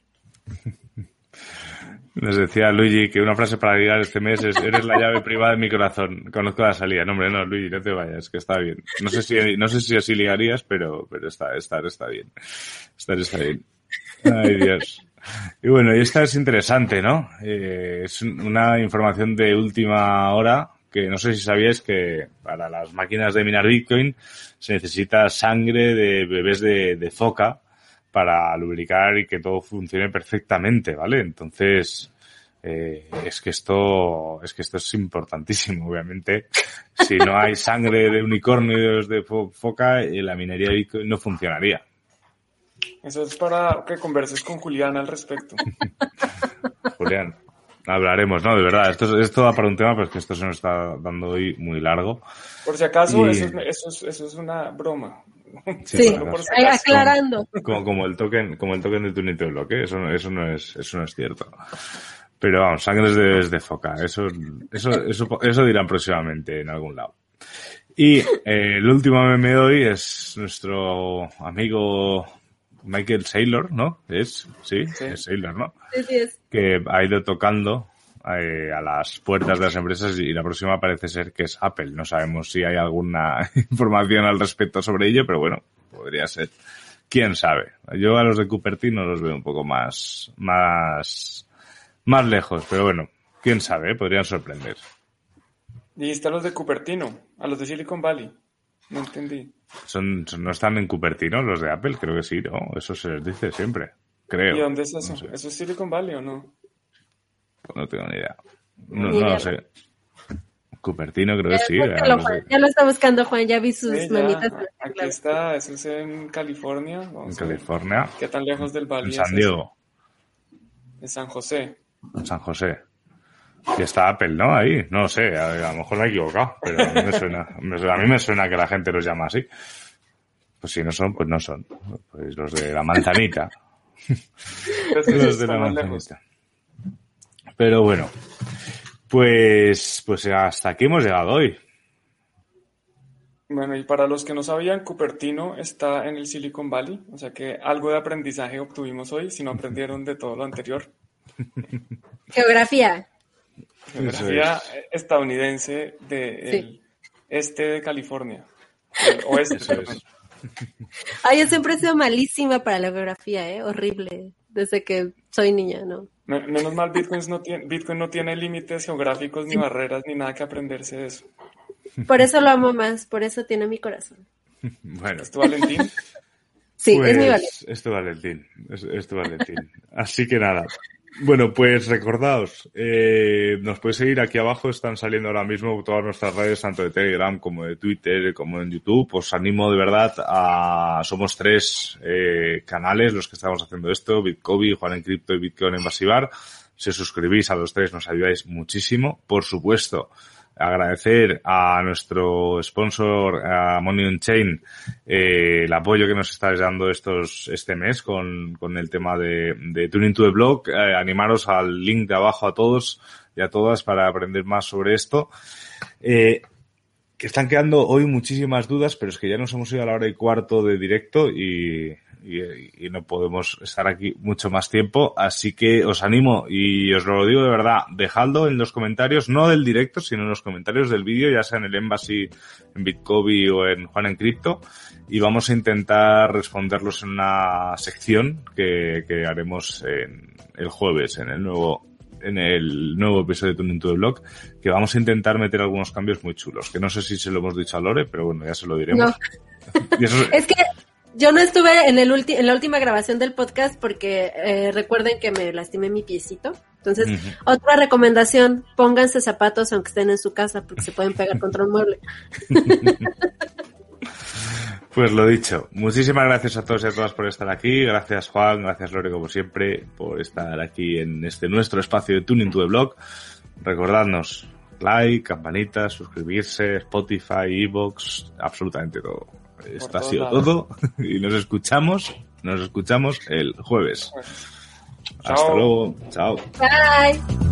A: Nos decía Luigi que una frase para ligar este mes es: eres la llave privada de mi corazón. Conozco la salida. No, hombre, no, Luigi, no te vayas, que está bien. No sé si, no sé si así ligarías, pero, pero está, está, está bien. Estar está bien. Ay, Dios. Y bueno, y esta es interesante, ¿no? Eh, es una información de última hora que no sé si sabíais que para las máquinas de minar Bitcoin se necesita sangre de bebés de, de foca para lubricar y que todo funcione perfectamente, ¿vale? Entonces, eh, es que esto, es que esto es importantísimo, obviamente. Si no hay sangre de unicornios de fo- foca, eh, la minería de Bitcoin no funcionaría.
C: Eso es para que converses con Julián al respecto.
A: Julián, hablaremos, ¿no? De verdad, esto, esto da para un tema, pero es que esto se nos está dando hoy muy largo.
C: Por si acaso,
A: Y-
C: eso, es, eso, es, eso es una broma.
D: Sí,
C: Solo por si
D: Ay,
C: acaso.
D: aclarando.
A: Como, como el token, como el token de Tunito de bloque, eso no, eso no es, eso no es cierto. Pero vamos, sangres de, de foca, eso, eso, eso, eso dirán próximamente en algún lado. Y eh, el último meme de hoy es nuestro amigo Michael Saylor, ¿no? Es, sí,
C: Sí.
A: es Saylor, ¿no?
D: Sí, sí es.
A: Que ha ido tocando eh, a las puertas de las empresas y la próxima parece ser que es Apple. No sabemos si hay alguna información al respecto sobre ello, pero bueno, podría ser. ¿Quién sabe? Yo a los de Cupertino los veo un poco más, más, más lejos, pero bueno, quién sabe, ¿eh? Podrían sorprender.
C: Y está los de Cupertino, a los de Silicon Valley. No entendí.
A: Son, son- no están en Cupertino los de Apple, creo que sí, ¿no? Eso se les dice siempre, creo.
C: ¿Y dónde es eso?
A: No sé.
C: ¿Eso es Silicon Valley o no?
A: No tengo ni idea. No,
D: Ni
A: no
D: idea.
A: lo sé. Cupertino creo que
D: Ya,
A: sí.
D: búscalo,
A: no sé.
D: Juan. Ya lo está buscando Juan, ya vi sus
C: Sí, ya.
D: manitas.
C: Aquí está, eso es en California.
A: En
C: Vamos a ver.
A: California,
C: ¿Qué tan lejos del Valle
A: en
C: es
A: San
C: eso?
A: Diego,
C: En San José.
A: en San José. Y está Apple, ¿no? Ahí, no lo sé, a, a lo mejor me he equivocado, pero a mí me suena, me suena- a mí me suena que la gente los llama así. Pues si no son, pues no son. Pues los de la manzanita.
C: Entonces,
A: Los de
C: está
A: la
C: más lejos.
A: manzanita. Pero bueno, pues, pues hasta aquí hemos llegado hoy.
C: Bueno, y para los que no sabían, Cupertino está en el Silicon Valley, o sea que algo de aprendizaje obtuvimos hoy, si no aprendieron de todo lo anterior.
D: Geografía.
C: Geografía estadounidense del sí. este de California. Oeste. Eso es.
D: Ay, yo siempre he sido malísima para la geografía, ¿eh? Horrible, desde que soy niña, ¿no?
C: Menos mal, Bitcoin no tiene, Bitcoin no tiene límites geográficos, ni barreras, ni nada que aprenderse de eso.
D: Por eso lo amo más, por eso tiene mi corazón.
A: Bueno.
C: ¿Es tu Valentín?
D: Sí,
A: pues,
D: es mi Valentín.
A: Es tu Valentín, es, es tu Valentín. Así que nada. Bueno, pues recordaos, eh, nos podéis seguir aquí abajo, están saliendo ahora mismo todas nuestras redes, tanto de Telegram como de Twitter, como en YouTube. Os animo de verdad a, somos tres eh, canales los que estamos haciendo esto, Bitcoin, Juan en Cripto y Bitcoin en Basibar. Si os suscribís a los tres nos ayudáis muchísimo. Por supuesto, agradecer a nuestro sponsor, a Money on Chain, eh, el apoyo que nos estáis dando estos este mes con, con el tema de, de Tuning to the Block. Eh, animaros al link de abajo a todos y a todas para aprender más sobre esto. Eh, que están quedando hoy muchísimas dudas, pero es que ya nos hemos ido a la hora y cuarto de directo y... Y, y no podemos estar aquí mucho más tiempo, así que os animo y os lo digo de verdad, dejadlo en los comentarios, no del directo, sino en los comentarios del vídeo, ya sea en el Embassy, en Bitcoin o en Juan en Cripto, y vamos a intentar responderlos en una sección que, que haremos en el jueves, en el nuevo en el nuevo episodio de Tuning to the Block, que vamos a intentar meter algunos cambios muy chulos, que no sé si se lo hemos dicho a Lore, pero bueno, ya se lo diremos.
D: No.
A: Y eso,
D: es que yo no estuve en el ulti- en la última grabación del podcast porque eh, recuerden que me lastimé mi piecito. Entonces, uh-huh. Otra recomendación, pónganse zapatos aunque estén en su casa porque se pueden pegar contra un mueble.
A: Pues lo dicho, muchísimas gracias a todos y a todas por estar aquí. Gracias Juan, gracias Lore como siempre por estar aquí en este nuestro espacio de Tuning to the Block. Recordadnos, like, campanita, suscribirse, Spotify, iVoox, absolutamente todo. Esto ha sido lados. todo y nos escuchamos, nos escuchamos el jueves.
C: Chao.
A: Hasta luego, chao.
D: Bye.